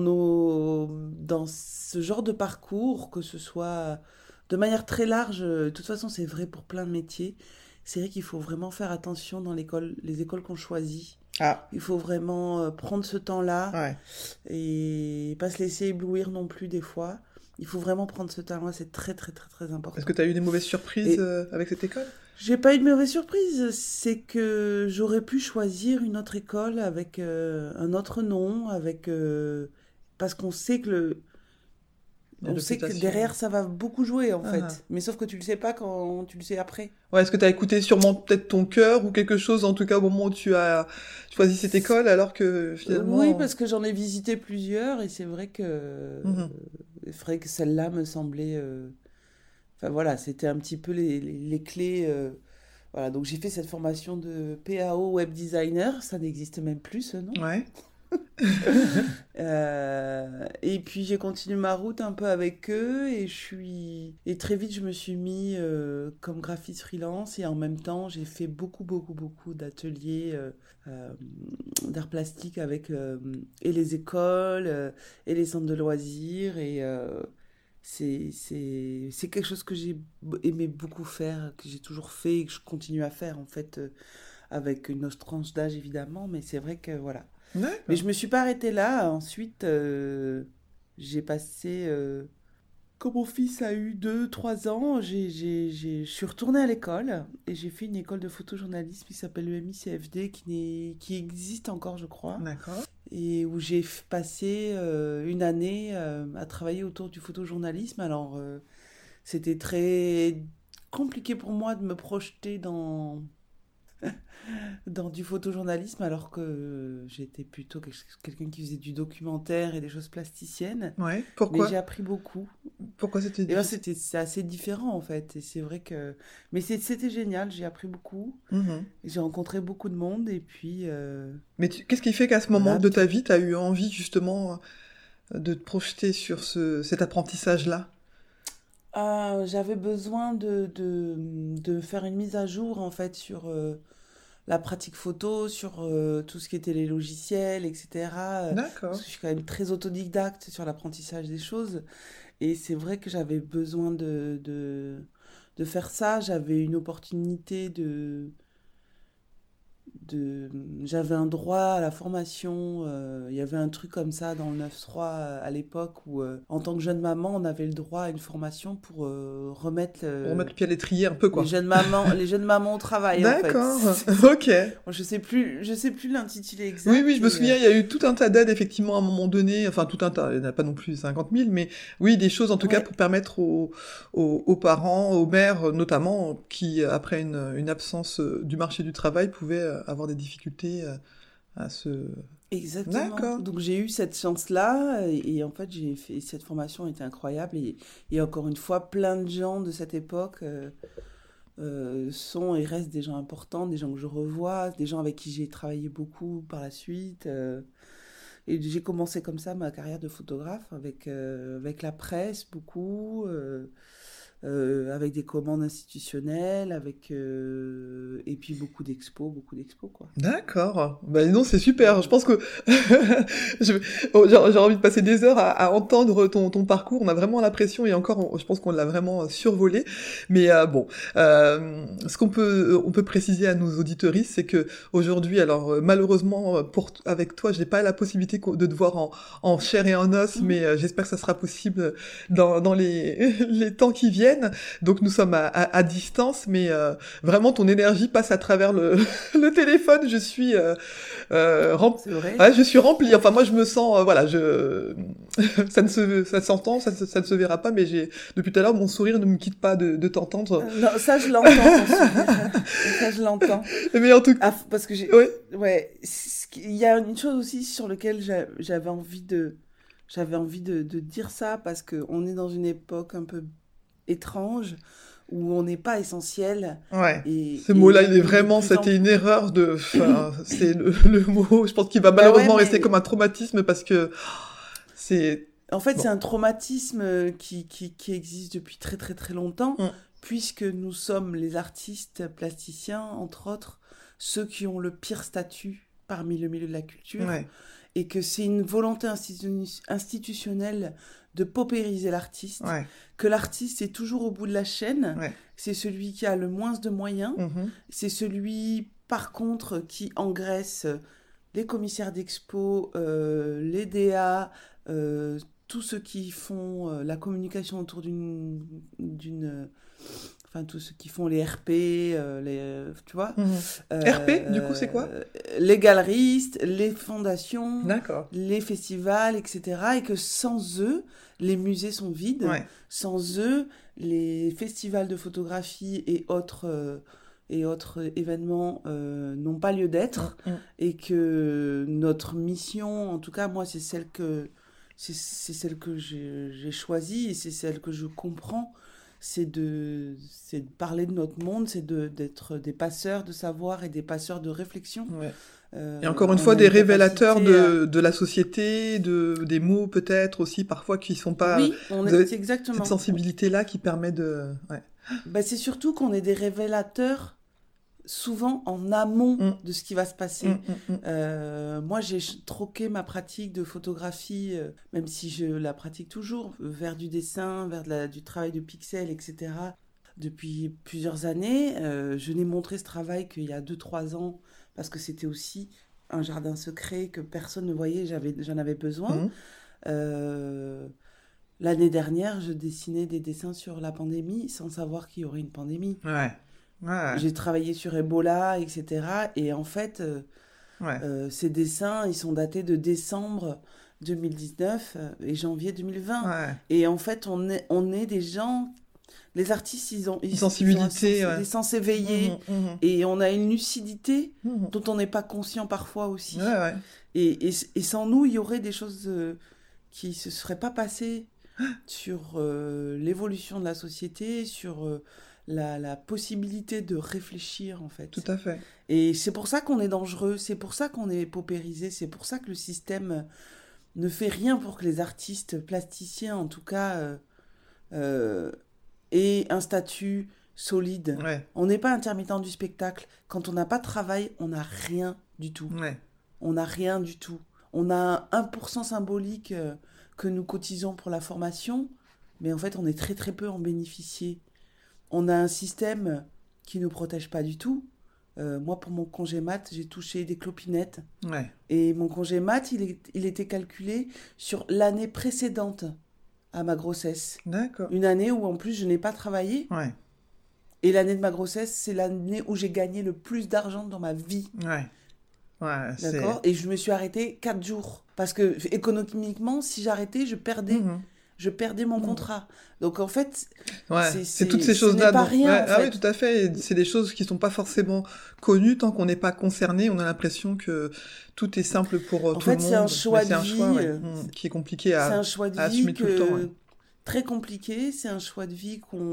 ce genre de parcours, que ce soit de manière très large, de toute façon c'est vrai pour plein de métiers, c'est vrai qu'il faut vraiment faire attention dans les écoles qu'on choisit. Ah, Il faut vraiment prendre ce temps-là ouais. et pas se laisser éblouir non plus des fois. Il faut vraiment prendre ce temps-là, c'est très très très très important. Est-ce que t'as eu des mauvaises surprises Et- avec cette école? J'ai pas eu de mauvaise surprise, c'est que j'aurais pu choisir une autre école avec un autre nom, parce qu'on sait que La on sait que réputation. derrière ça va beaucoup jouer en Ah. fait. Mais sauf que tu le sais pas quand tu le sais après. Ouais, est-ce que t'as écouté sûrement peut-être ton cœur ou quelque chose, en tout cas au moment où tu as choisi cette école, alors que finalement... Oui, parce que j'en ai visité plusieurs et c'est vrai que celle-là me semblait. Enfin voilà, c'était un petit peu les clés. Voilà, donc j'ai fait cette formation de PAO web designer, ça n'existe même plus ce nom. Ouais. Et puis j'ai continué ma route un peu avec eux et très vite je me suis mis comme graphiste freelance et en même temps j'ai fait beaucoup d'ateliers d'art plastique avec et les écoles et les centres de loisirs et c'est quelque chose que j'ai aimé beaucoup faire, que j'ai toujours fait et que je continue à faire en fait avec une autre tranche d'âge évidemment, mais c'est vrai que voilà. D'accord. Mais je me suis pas arrêtée là. Ensuite, j'ai passé... quand mon fils a eu 2-3 ans, je suis retournée à l'école et j'ai fait une école de photojournalisme qui s'appelle le MICFD, qui existe encore, je crois, D'accord. et où j'ai passé une année à travailler autour du photojournalisme. Alors, c'était très compliqué pour moi de me projeter dans du photojournalisme alors que j'étais plutôt quelqu'un qui faisait du documentaire et des choses plasticiennes. Ouais. Mais Pourquoi? j'ai appris beaucoup. Pourquoi c'était Et ben difficile? c'est assez différent en fait. Et c'est vrai que... Mais c'était génial, j'ai appris beaucoup. Mhm. J'ai rencontré beaucoup de monde et puis... Mais qu'est-ce qui fait qu'à ce moment Voilà. de ta vie, t'as eu envie justement de te projeter sur cet apprentissage-là? j'avais besoin de faire une mise à jour en fait sur la pratique photo, sur tout ce qui était les logiciels, etc. D'accord. Parce que je suis quand même très autodidacte sur l'apprentissage des choses. Et c'est vrai que j'avais besoin de faire ça. J'avais une opportunité j'avais un droit à la formation. Il y avait un truc comme ça dans le 9-3 à l'époque où, en tant que jeune maman, on avait le droit à une formation pour remettre Pour remettre le pied à l'étrier un peu, quoi. les jeunes mamans au travail. D'accord. En fait. Ok. Je sais plus l'intitulé exact. Oui, je me mais, souviens, il y a eu tout un tas d'aides, effectivement, à un moment donné. Enfin, tout un tas, il n'y en a pas non plus 50 000, mais oui, des choses, en tout cas, Ouais. pour permettre aux parents, aux mères, notamment, qui, après une absence du marché du travail, pouvaient avoir des difficultés à se... Exactement. D'accord. Donc j'ai eu cette chance-là et en fait cette formation était incroyable et encore une fois plein de gens de cette époque sont et restent des gens importants, des gens que je revois, des gens avec qui j'ai travaillé beaucoup par la suite. Et j'ai commencé comme ça ma carrière de photographe avec la presse beaucoup, avec des commandes institutionnelles, et puis beaucoup d'expos quoi. D'accord. Bah non, c'est super. Je pense que j'ai envie de passer des heures à entendre ton parcours. On a vraiment l'impression, et encore, je pense qu'on l'a vraiment survolé. Mais ce qu'on peut préciser à nos auditeuristes, c'est que aujourd'hui, alors malheureusement avec toi, j'ai pas la possibilité de te voir en chair et en os, mais j'espère que ça sera possible dans les temps qui viennent. Donc nous sommes à distance, mais vraiment ton énergie passe à travers le téléphone. Je suis C'est vrai. Ouais, je suis remplie. Enfin moi je me sens ça s'entend, ça ne se verra pas, mais depuis tout à l'heure mon sourire ne me quitte pas de t'entendre. Non, ça je l'entends. Ça je l'entends. Mais en tout cas, parce que ouais. Il y a une chose aussi sur laquelle j'avais envie de dire ça, parce que on est dans une époque un peu étrange où on n'est pas essentiel. Ouais. Ce mot-là, il est vraiment, c'était une erreur c'est le mot, je pense qu'il va malheureusement rester comme un traumatisme parce que c'est... En fait, c'est un traumatisme qui existe depuis très très très longtemps, puisque nous sommes les artistes plasticiens, entre autres, ceux qui ont le pire statut parmi le milieu de la culture, et que c'est une volonté institutionnelle de paupériser l'artiste, que l'artiste est toujours au bout de la chaîne, c'est celui qui a le moins de moyens, c'est celui, par contre, qui engraisse les commissaires d'expo, les DA, tous ceux qui font la communication autour enfin, tous ceux qui font les RP, tu vois. RP, du coup, c'est quoi ? Les galeristes, les fondations, les festivals, etc. Et que sans eux, les musées sont vides. Sans eux, les festivals de photographie et autres événements n'ont pas lieu d'être. Et que notre mission, en tout cas, moi, c'est celle que j'ai choisie et c'est celle que je comprends. C'est de parler de notre monde, c'est d'être des passeurs de savoir et des passeurs de réflexion. Et encore une fois, des révélateurs de la société, des mots peut-être aussi, parfois qui ne sont pas... Oui, c'est exactement. Cette sensibilité-là qui permet de... C'est surtout qu'on est des révélateurs souvent en amont de ce qui va se passer. Moi, j'ai troqué ma pratique de photographie, même si je la pratique toujours, vers du dessin, vers du travail de pixels, etc. Depuis plusieurs années. Je n'ai montré ce travail qu'il y a 2-3 ans, parce que c'était aussi un jardin secret que personne ne voyait, j'en avais besoin. L'année dernière, je dessinais des dessins sur la pandémie, sans savoir qu'il y aurait une pandémie. J'ai travaillé sur Ebola, etc. Et en fait, ces dessins, ils sont datés de décembre 2019 et janvier 2020. Et en fait, on est des gens... Les artistes, ils ont sensibilité, des sens éveillés. Et on a une lucidité dont on n'est pas conscient parfois aussi. Et sans nous, il y aurait des choses qui ne se seraient pas passées sur l'évolution de la société, sur... La possibilité de réfléchir, en fait. Tout à fait. Et c'est pour ça qu'on est dangereux, c'est pour ça qu'on est paupérisé, c'est pour ça que le système ne fait rien pour que les artistes plasticiens, en tout cas, aient un statut solide. On n'est pas intermittent du spectacle. Quand on n'a pas de travail, on n'a rien du tout. On n'a rien du tout. On a 1% symbolique que nous cotisons pour la formation, mais en fait, on est très très peu en bénéficier. On a un système qui ne nous protège pas du tout. Moi, pour mon congé mat, j'ai touché des clopinettes. Et mon congé mat, il était calculé sur l'année précédente à ma grossesse. Une année où, en plus, je n'ai pas travaillé. Et l'année de ma grossesse, c'est l'année où j'ai gagné le plus d'argent dans ma vie. D'accord ? Et je me suis arrêtée 4 jours. Parce que, économiquement, si j'arrêtais, je perdais mon contrat. Donc en fait, c'est toutes ces choses-là. Ce n'est pas rien, en fait. Oui, tout à fait. C'est des choses qui ne sont pas forcément connues tant qu'on n'est pas concerné. On a l'impression que tout est simple pour tout le monde. En fait, c'est un choix de vie qui est compliqué à assumer tout le temps. Très compliqué. C'est un choix de vie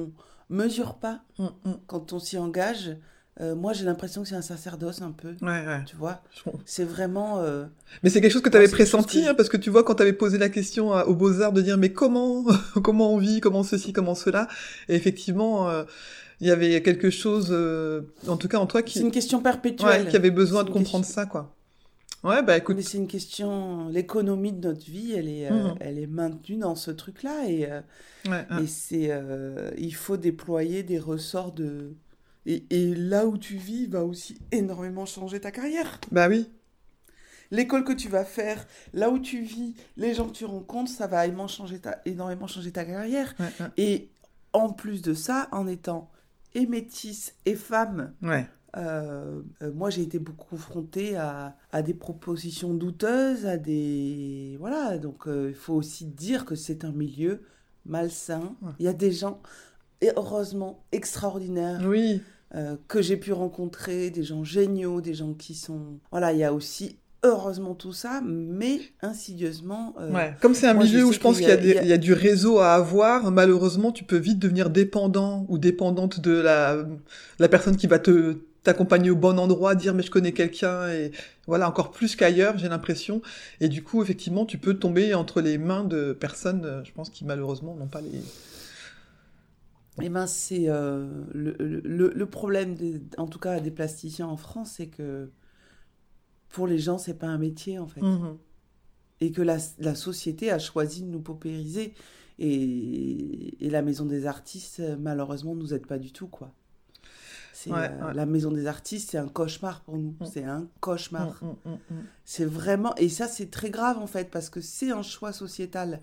mesure pas quand on s'y engage. Moi, j'ai l'impression que c'est un sacerdoce un peu. Ouais. Tu vois, c'est vraiment. Mais c'est quelque chose que tu avais c'est quelque chose pressenti, que hein, parce que tu vois, quand tu avais posé la question aux Beaux-Arts de dire mais comment on vit, comment ceci, comment cela, et effectivement, il y avait quelque chose, en tout cas en toi, C'est une question perpétuelle. qui avait besoin C'est de une comprendre question- ça, quoi. Ouais, bah écoute. Mais c'est une question. L'économie de notre vie, elle est maintenue dans ce truc-là, et c'est. Il faut déployer des ressorts de. Et là où tu vis va aussi énormément changer ta carrière. Bah oui. L'école que tu vas faire, là où tu vis, les gens que tu rencontres, ça va énormément changer ta carrière. Ouais. Et en plus de ça, en étant et métisse et femme, moi j'ai été beaucoup confrontée à des propositions douteuses, à des... Voilà, donc il faut aussi dire que c'est un milieu malsain. Il y a des gens, et heureusement, extraordinaires. Oui. Que j'ai pu rencontrer, des gens géniaux, des gens qui sont... Voilà, il y a aussi, heureusement, tout ça, mais insidieusement... Comme c'est un moi, milieu je où sais je pense qu'il qu'il y a- y a du réseau à avoir, malheureusement, tu peux vite devenir dépendant ou dépendante de la personne qui va t'accompagner au bon endroit, dire mais je connais quelqu'un, et voilà, encore plus qu'ailleurs, j'ai l'impression. Et du coup, effectivement, tu peux tomber entre les mains de personnes, je pense, qui malheureusement n'ont pas les... Eh ben, c'est le problème, en tout cas des plasticiens en France, c'est que pour les gens, c'est pas un métier, en fait. Et que la société a choisi de nous paupériser. Et la Maison des Artistes, malheureusement, nous aide pas du tout, quoi. La Maison des Artistes, c'est un cauchemar pour nous. C'est un cauchemar. C'est vraiment... Et ça, c'est très grave, en fait, parce que c'est un choix sociétal.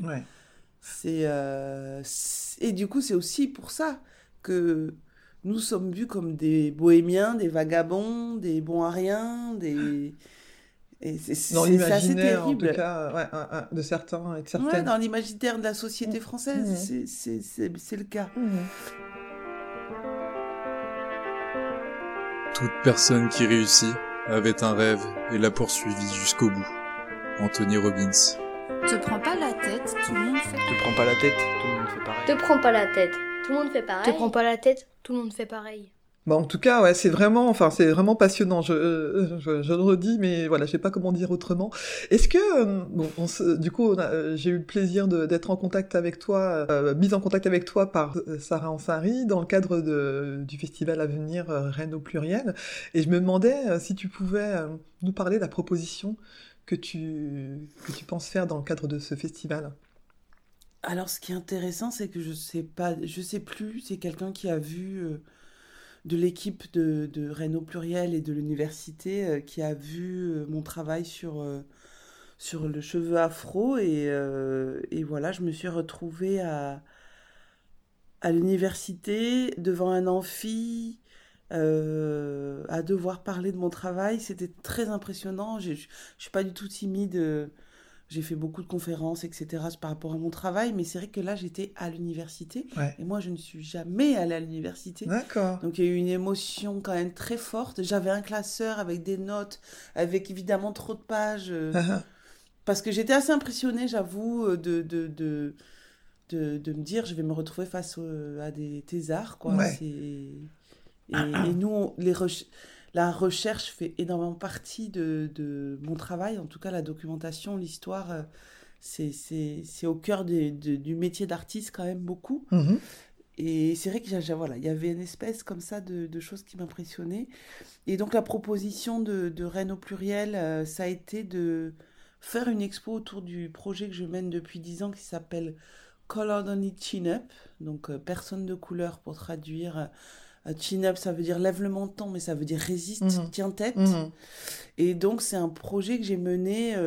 Et du coup, c'est aussi pour ça que nous sommes vus comme des bohémiens, des vagabonds, des bons à rien, et c'est Dans assez l'imaginaire, en tout terrible. cas, de certains et de certaines. Ouais, dans l'imaginaire de la société française, c'est le cas. Toute personne qui réussit avait un rêve et l'a poursuivi jusqu'au bout. Anthony Robbins. Te prends pas la tête, tout le monde fait. Te prends pas la tête, tout le monde fait pareil. Te prends pas la tête, tout le monde fait pareil. Te prends pas la tête, tout le monde fait pareil. Bah, en tout cas, c'est vraiment passionnant. Je le redis, mais voilà, je sais pas comment dire autrement. Est-ce que, du coup, j'ai eu le plaisir d'être en contact avec toi, mise en contact avec toi par Sarah Ansari dans le cadre du festival à venir Rennes au pluriel, et je me demandais si tu pouvais nous parler de la proposition que tu penses faire dans le cadre de ce festival. Alors, ce qui est intéressant, c'est que je sais plus, c'est quelqu'un qui a vu de l'équipe de Rennes au pluriel et de l'université qui a vu mon travail sur le cheveu afro, et voilà, je me suis retrouvée à l'université devant un amphi à devoir parler de mon travail. C'était très impressionnant. Je suis pas du tout timide. J'ai fait beaucoup de conférences, etc. par rapport à mon travail, mais c'est vrai que là, j'étais à l'université. Et moi, je ne suis jamais allée à l'université. D'accord. Donc, il y a eu une émotion quand même très forte. J'avais un classeur avec des notes, avec évidemment trop de pages. Parce que j'étais assez impressionnée, j'avoue, de me dire, je vais me retrouver face à des thésards, quoi. Et nous, la recherche fait énormément partie de mon travail, en tout cas la documentation, l'histoire, c'est au cœur du métier d'artiste quand même beaucoup. Et c'est vrai que voilà, il y avait une espèce comme ça de choses qui m'impressionnaient. Et donc la proposition de Rennes au pluriel, ça a été de faire une expo autour du projet que je mène depuis 10 ans qui s'appelle Colored Only Chin Up, donc personne de couleur pour traduire. Chin up, ça veut dire lève le menton, mais ça veut dire résiste, tiens tête. Et donc, c'est un projet que j'ai mené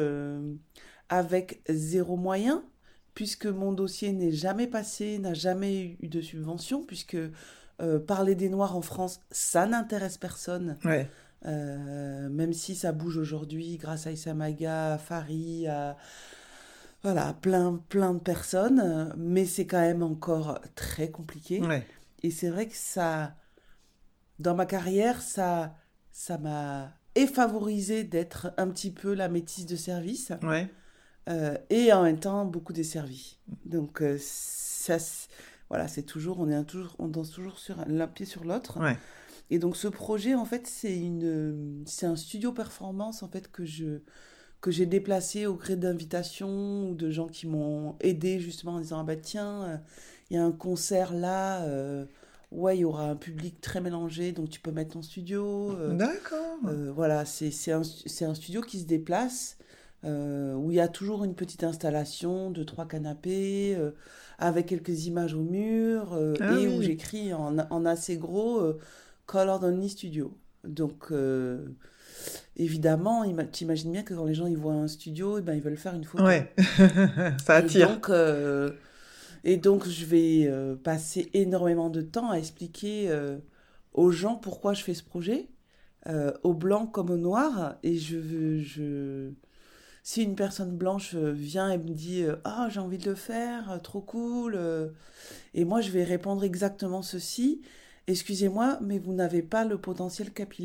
avec 0 moyen, puisque mon dossier n'est jamais passé, n'a jamais eu de subvention, puisque parler des Noirs en France, ça n'intéresse personne. Même si ça bouge aujourd'hui grâce à Issa Maïga, à Fari, à voilà, plein de personnes, mais c'est quand même encore très compliqué. Et c'est vrai que ça... Dans ma carrière, ça m'a favorisé d'être un petit peu la métisse de service et en même temps beaucoup desservie. Donc, voilà, on danse toujours sur l'un pied sur l'autre. Ouais. Et donc ce projet, en fait, c'est un studio performance en fait que j'ai déplacé au gré d'invitations ou de gens qui m'ont aidé justement en disant ah bah tiens, il y a un concert là, ouais, il y aura un public très mélangé, donc tu peux mettre ton studio. D'accord. Voilà, c'est un studio qui se déplace. Où il y a toujours une petite installation de 3 canapés avec quelques images au mur où j'écris en assez gros Colored Only Studio. Donc évidemment, t'imagines bien que quand les gens ils voient un studio, ils veulent faire une photo. Ouais, ça attire. Et donc je vais passer énormément de temps à expliquer aux gens pourquoi je fais ce projet, au blanc comme au noir, et si une personne blanche vient et me dit « Ah, j'ai envie de le faire, trop cool », et moi, je vais répondre exactement ceci. « Excusez-moi, mais vous n'avez pas le potentiel capillaire. »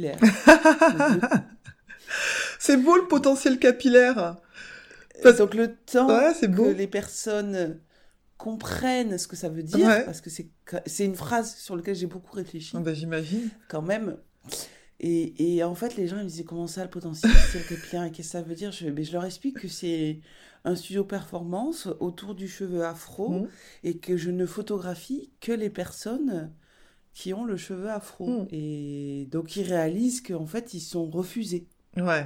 C'est beau, le potentiel capillaire. Donc, le temps que les personnes comprennent ce que ça veut dire, parce que c'est une phrase sur laquelle j'ai beaucoup réfléchi. J'imagine. Quand même. Et en fait, les gens ils me disaient comment ça, le potentiel capillaire, et qu'est-ce que ça veut dire? Je leur explique que c'est un studio performance autour du cheveu afro et que je ne photographie que les personnes qui ont le cheveu afro. Et donc, ils réalisent qu'en fait, ils sont refusés. Ouais.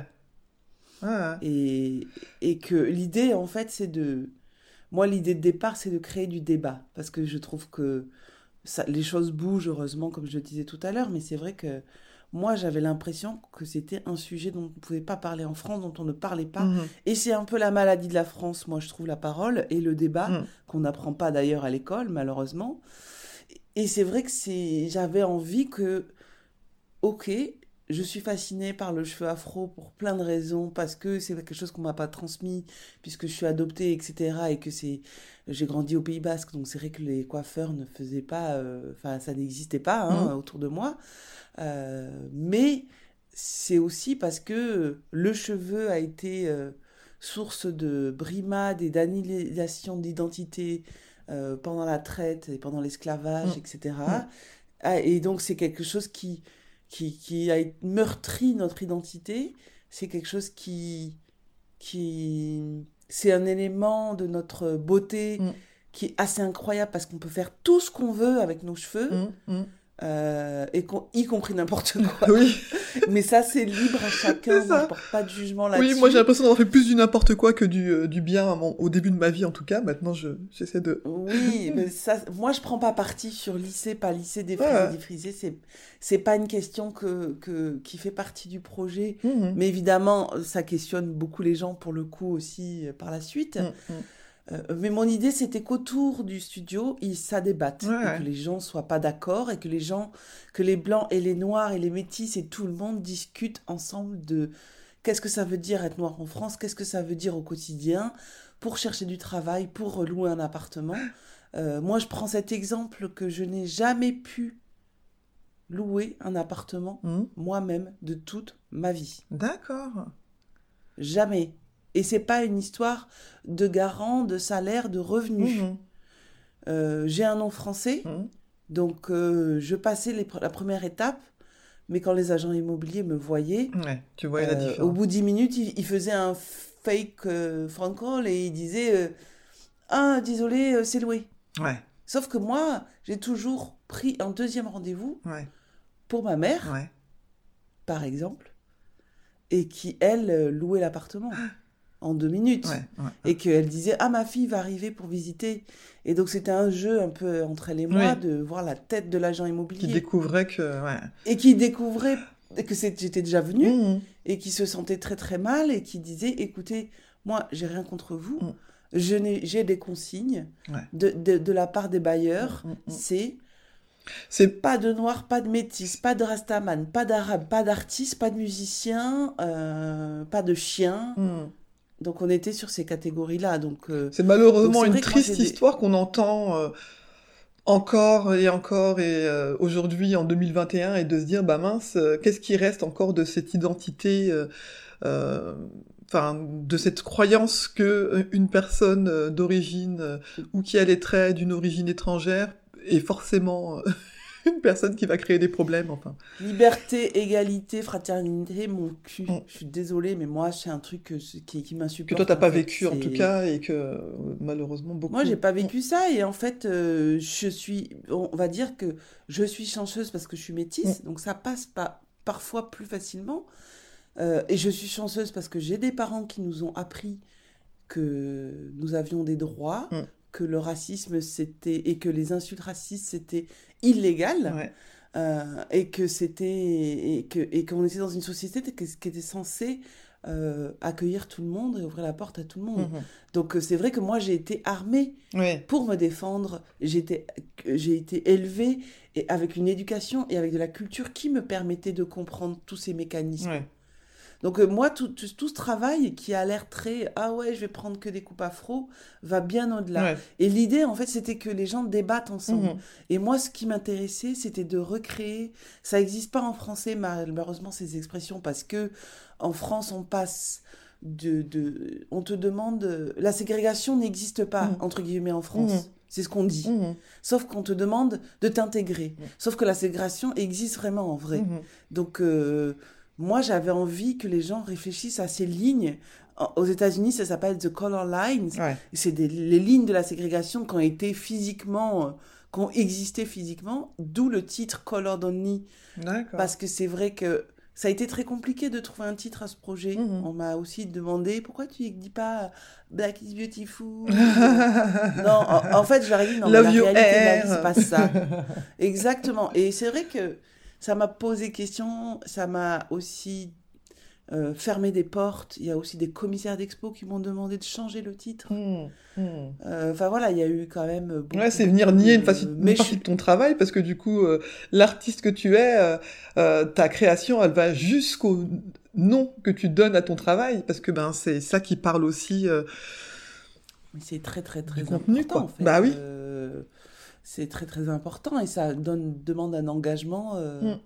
Et que l'idée, en fait, Moi, l'idée de départ, c'est de créer du débat. Parce que je trouve que les choses bougent, heureusement, comme je le disais tout à l'heure, mais c'est vrai que moi, j'avais l'impression que c'était un sujet dont on ne pouvait pas parler en France, dont on ne parlait pas. Et c'est un peu la maladie de la France, moi, je trouve, la parole et le débat, qu'on n'apprend pas d'ailleurs à l'école, malheureusement. Et c'est vrai que j'avais envie que, ok, je suis fascinée par le cheveu afro pour plein de raisons, parce que c'est quelque chose qu'on ne m'a pas transmis, puisque je suis adoptée, etc. Et que j'ai grandi au Pays Basque, donc c'est vrai que les coiffeurs ne faisaient pas... ça n'existait pas autour de moi. Mais c'est aussi parce que le cheveu a été source de brimades et d'annihilation d'identité pendant la traite et pendant l'esclavage, etc. Et donc c'est quelque chose qui a meurtri notre identité. C'est quelque chose c'est un élément de notre beauté qui est assez incroyable, parce qu'on peut faire tout ce qu'on veut avec nos cheveux. Y compris n'importe quoi. Oui. Mais ça, c'est libre à chacun. Je ne porte pas de jugement là-dessus. Oui, moi j'ai l'impression d'avoir fait plus du n'importe quoi que du bien au début de ma vie, en tout cas. Maintenant, j'essaie de... Oui, mais ça, moi je prends pas parti sur lissé, pas lissé, défrisé, défrisé. C'est pas une question qui fait partie du projet. Mais évidemment, ça questionne beaucoup les gens pour le coup aussi par la suite. Mais mon idée, c'était qu'autour du studio, ça débatte. Et que les gens soient pas d'accord, et que les blancs et les noirs et les métis et tout le monde discutent ensemble de qu'est-ce que ça veut dire être noir en France, qu'est-ce que ça veut dire au quotidien, pour chercher du travail, pour louer un appartement. Moi, je prends cet exemple que je n'ai jamais pu louer un appartement moi-même de toute ma vie. D'accord. Jamais. Et c'est pas une histoire de garant, de salaire, de revenus. J'ai un nom français, donc je passais la première étape, mais quand les agents immobiliers me voyaient, tu voyais la différence. Au bout de 10 minutes, ils faisaient un fake phone call et ils disaient « Ah, désolé, c'est loué ». Sauf que moi, j'ai toujours pris un deuxième rendez-vous pour ma mère, par exemple, et qui, elle, louait l'appartement. En 2 minutes. Et qu'elle disait « Ah, ma fille va arriver pour visiter ». Et donc, c'était un jeu un peu entre elle et moi de voir la tête de l'agent immobilier. Qui découvrait que... Et qui découvrait que j'étais déjà venue et qui se sentait très, très mal et qui disait « Écoutez, moi, j'ai rien contre vous. J'ai des consignes de la part des bailleurs. C'est pas de noir, pas de métis, pas de rastaman, pas d'arabe, pas d'artiste, pas de musicien, pas de chien. » Donc, on était sur ces catégories-là. Donc, c'est malheureusement une triste histoire qu'on entend encore et encore, et aujourd'hui, en 2021, et de se dire, bah mince, qu'est-ce qui reste encore de cette identité, de cette croyance que une personne d'origine ou qui a les traits d'une origine étrangère est forcément une personne qui va créer des problèmes, enfin. Liberté, égalité, fraternité, mon cul. Je suis désolée, mais moi, c'est un truc qui m'insupporte. Que toi, t'as pas vécu, en tout cas, et que, malheureusement, beaucoup... Moi, j'ai pas vécu ça, et en fait, on va dire que je suis chanceuse parce que je suis métisse, donc ça passe parfois plus facilement. Et je suis chanceuse parce que j'ai des parents qui nous ont appris que nous avions des droits, que le racisme, et que les insultes racistes, c'était illégal, et qu'on était dans une société qui était censée accueillir tout le monde et ouvrir la porte à tout le monde. Donc c'est vrai que moi j'ai été armée pour me défendre, j'ai été élevée et avec une éducation et avec de la culture qui me permettait de comprendre tous ces mécanismes. Donc moi, tout ce travail qui a l'air très « Ah ouais, je vais prendre que des coupes afro » va bien au-delà. Et l'idée, en fait, c'était que les gens débattent ensemble. Et moi, ce qui m'intéressait, c'était de recréer... Ça n'existe pas en français, malheureusement, ces expressions, parce que en France, on passe on te demande... La ségrégation n'existe pas, entre guillemets, en France. C'est ce qu'on dit. Sauf qu'on te demande de t'intégrer. Sauf que la ségrégation existe vraiment en vrai. Donc... moi, j'avais envie que les gens réfléchissent à ces lignes. Aux États-Unis, ça s'appelle the color lines. C'est les lignes de la ségrégation qui ont été physiquement, qui ont existé physiquement, d'où le titre Colored Only. Parce que c'est vrai que ça a été très compliqué de trouver un titre à ce projet. On m'a aussi demandé pourquoi tu ne dis pas Black is Beautiful. Non, en fait, je leur ai dit non, mais la réalité de la vie, c'est pas ça. Exactement. Et c'est vrai que ça m'a posé question, ça m'a aussi fermé des portes. Il y a aussi des commissaires d'expo qui m'ont demandé de changer le titre. Enfin voilà, il y a eu quand même beaucoup... c'est venir nier une partie de ton travail, parce que du coup, l'artiste que tu es, ta création, elle va jusqu'au nom que tu donnes à ton travail, parce que c'est ça qui parle aussi... c'est très très très important, contenu, quoi. En fait. Bah oui. C'est très très important et ça demande un engagement.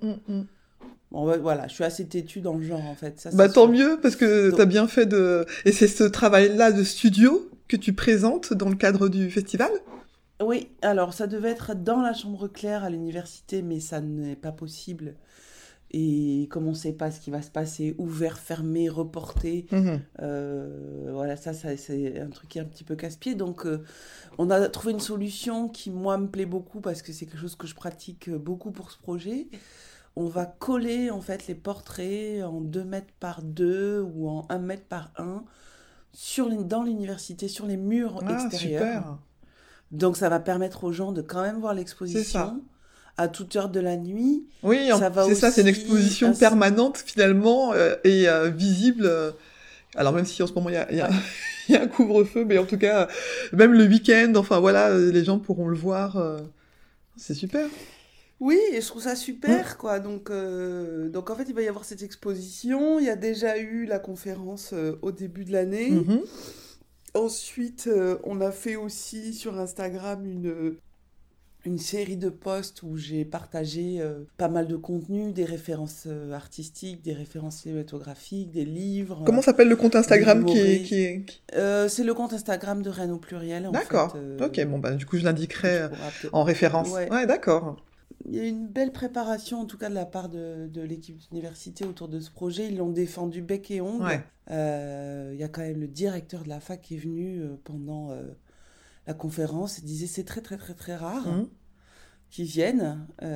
Bon, voilà, je suis assez têtue dans le genre en fait. Ça, tant mieux, parce que t'as bien fait de... Et c'est ce travail-là de studio que tu présentes dans le cadre du festival ? Oui, alors ça devait être dans la chambre claire à l'université, mais ça n'est pas possible. Et comme on ne sait pas ce qui va se passer, ouvert, fermé, reporté, voilà, ça c'est un truc qui est un petit peu casse-pied. Donc, on a trouvé une solution qui, moi, me plaît beaucoup parce que c'est quelque chose que je pratique beaucoup pour ce projet. On va coller, en fait, les portraits en 2 mètres par 2 ou en 1 mètre par 1 dans l'université, sur les murs extérieurs. Super. Donc, ça va permettre aux gens de quand même voir l'exposition. C'est ça. À toute heure de la nuit. Oui, c'est une exposition permanente finalement et visible. Alors même si en ce moment il y a un couvre-feu, mais en tout cas, même le week-end, enfin voilà, les gens pourront le voir. C'est super. Oui, et je trouve ça super, quoi. Donc en fait, il va y avoir cette exposition. Il y a déjà eu la conférence au début de l'année. Ensuite, on a fait aussi sur Instagram une série de posts où j'ai partagé pas mal de contenu, des références artistiques, des références cinématographiques, des livres. Comment s'appelle le compte Instagram c'est le compte Instagram de Rennes au pluriel. D'accord. Ok, bon du coup je l'indiquerai en référence. Ouais, d'accord. Il y a une belle préparation en tout cas de la part de l'équipe d'université autour de ce projet. Ils l'ont défendu bec et ongles. Il y a quand même le directeur de la fac qui est venu pendant... la conférence, il disait c'est très très très très rare qu'ils viennent.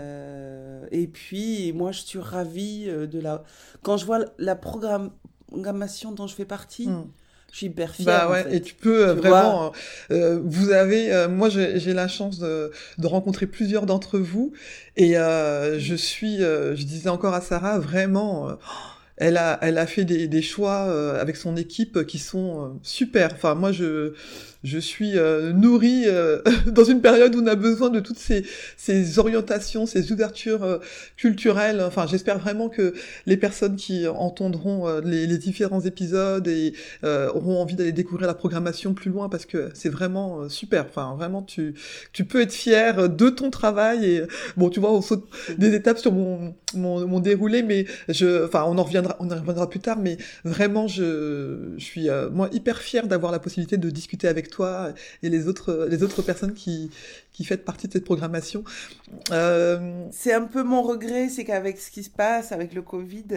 Et puis moi je suis ravie quand je vois la programmation dont je fais partie, je suis hyper fière. En fait. Et tu peux vraiment... vous avez... moi j'ai la chance de rencontrer plusieurs d'entre vous et je disais encore à Sarah, vraiment... Elle a fait des choix avec son équipe qui sont super. Enfin, moi, je suis nourrie dans une période où on a besoin de toutes ces orientations, ces ouvertures culturelles. Enfin, j'espère vraiment que les personnes qui entendront les différents épisodes et auront envie d'aller découvrir la programmation plus loin, parce que c'est vraiment super. Enfin, vraiment, tu peux être fière de ton travail. Et bon, tu vois, on saute des étapes sur mon déroulé, mais on en reviendra on y reviendra plus tard, mais vraiment, je suis moi hyper fière d'avoir la possibilité de discuter avec toi et les autres personnes qui faites partie de cette programmation. C'est un peu mon regret, c'est qu'avec ce qui se passe, avec le Covid,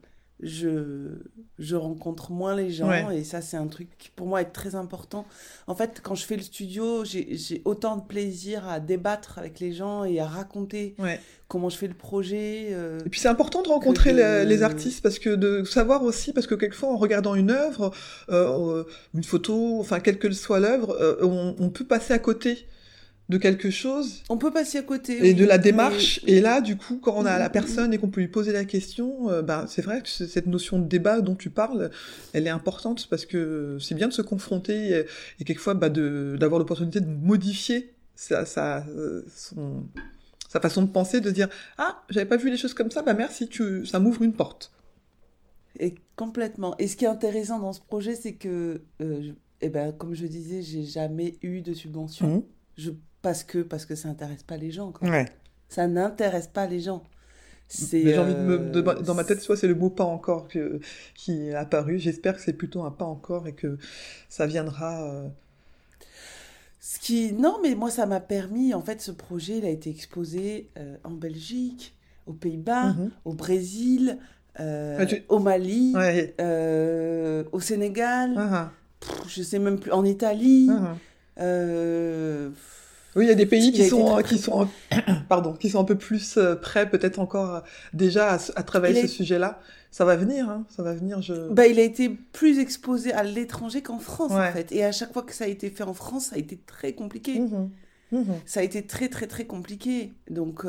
je rencontre moins les gens, et ça c'est un truc qui pour moi est très important. En fait, quand je fais le studio, j'ai autant de plaisir à débattre avec les gens et à raconter comment je fais le projet. Et puis c'est important de rencontrer les artistes, parce que de savoir aussi, parce que quelquefois en regardant une œuvre, une photo, enfin quelle que soit l'œuvre, on peut passer à côté de quelque chose. On peut passer à côté. Et de la démarche. Et là, du coup, quand on a la personne et qu'on peut lui poser la question, c'est vrai que cette notion de débat dont tu parles, elle est importante, parce que c'est bien de se confronter et quelquefois d'avoir l'opportunité de modifier sa façon de penser, de dire « Ah, j'avais pas vu les choses comme ça, merci, ça m'ouvre une porte. » Et complètement. Et ce qui est intéressant dans ce projet, c'est que, comme je disais, j'ai jamais eu de subvention. Parce que ça n'intéresse pas les gens. Quoi. Ça n'intéresse pas les gens. J'ai envie dans ma tête, soit c'est le mot « pas encore » qui est apparu. J'espère que c'est plutôt un pas encore et que ça viendra... Non, mais moi, ça m'a permis... En fait, ce projet, il a été exposé en Belgique, aux Pays-Bas, au Brésil, au Mali, au Sénégal, je sais même plus, en Italie... Oui, il y a des pays qui sont un peu plus prêts, peut-être encore déjà à travailler ce sujet-là. Ça va venir, ça va venir. Il a été plus exposé à l'étranger qu'en France, en fait. Et à chaque fois que ça a été fait en France, ça a été très compliqué. Ça a été très, très, très compliqué. Donc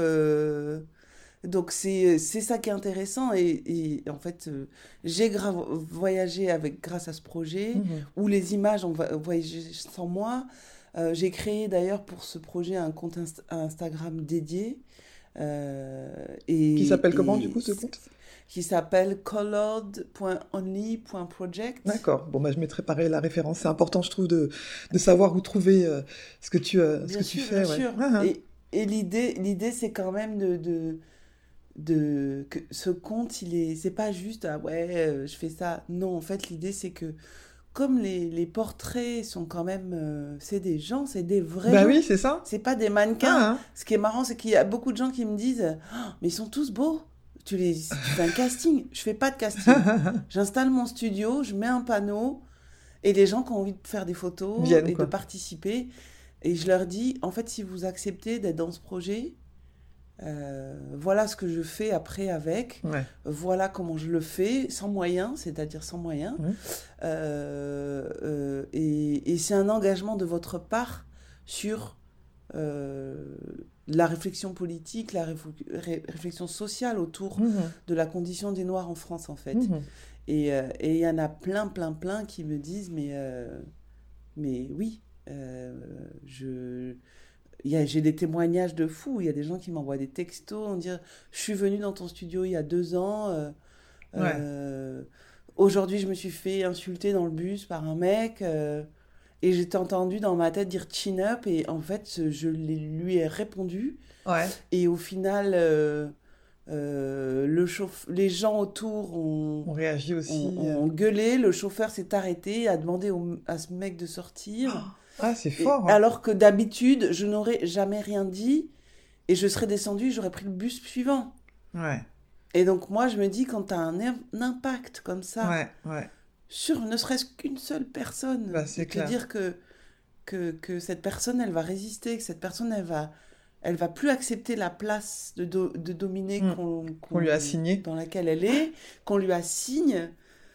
c'est ça qui est intéressant. Et en fait, j'ai voyagé grâce à ce projet, où les images ont voyagé sans moi. J'ai créé d'ailleurs pour ce projet un compte Instagram dédié. Qui s'appelle comment du coup ce compte ? Qui s'appelle colored.only.project. D'accord. Bon, je mettrai pareil la référence. C'est important, je trouve, de savoir où trouver ce que tu fais. Bien sûr. Et l'idée, c'est quand même que ce compte, c'est pas juste je fais ça. Non, en fait, l'idée, c'est que comme les portraits sont quand même... c'est des gens, c'est des vrais gens. Oui, c'est ça. C'est pas des mannequins. Ce qui est marrant, c'est qu'il y a beaucoup de gens qui me disent « Mais ils sont tous beaux. Tu fais un casting. » Je fais pas de casting. J'installe mon studio, je mets un panneau, et les gens qui ont envie de faire des photos et de participer. Et je leur dis, en fait, si vous acceptez d'être dans ce projet... voilà ce que je fais après avec, voilà comment je le fais, sans moyens, c'est-à-dire sans moyens. Et c'est un engagement de votre part sur la réflexion politique, la réflexion sociale autour de la condition des Noirs en France, en fait. Et il y en a plein qui me disent, mais oui, j'ai des témoignages de fous. Il y a des gens qui m'envoient des textos en disant « Je suis venue dans ton studio il y a 2 ans. Aujourd'hui, je me suis fait insulter dans le bus par un mec. Et j'étais entendu dans ma tête dire chin up. Et en fait, je lui ai répondu. Et au final, les gens autour ont réagi aussi. Ont gueulé. Le chauffeur s'est arrêté, a demandé à ce mec de sortir. C'est fort. Alors que d'habitude, je n'aurais jamais rien dit et je serais descendue, j'aurais pris le bus suivant. Et donc moi, je me dis, quand tu as un impact comme ça sur ne serait-ce qu'une seule personne, c'est clair. Te dire que cette personne, elle va résister, que cette personne, elle va plus accepter la place de dominée qu'on lui a assignée, dans laquelle elle est, qu'on lui assigne.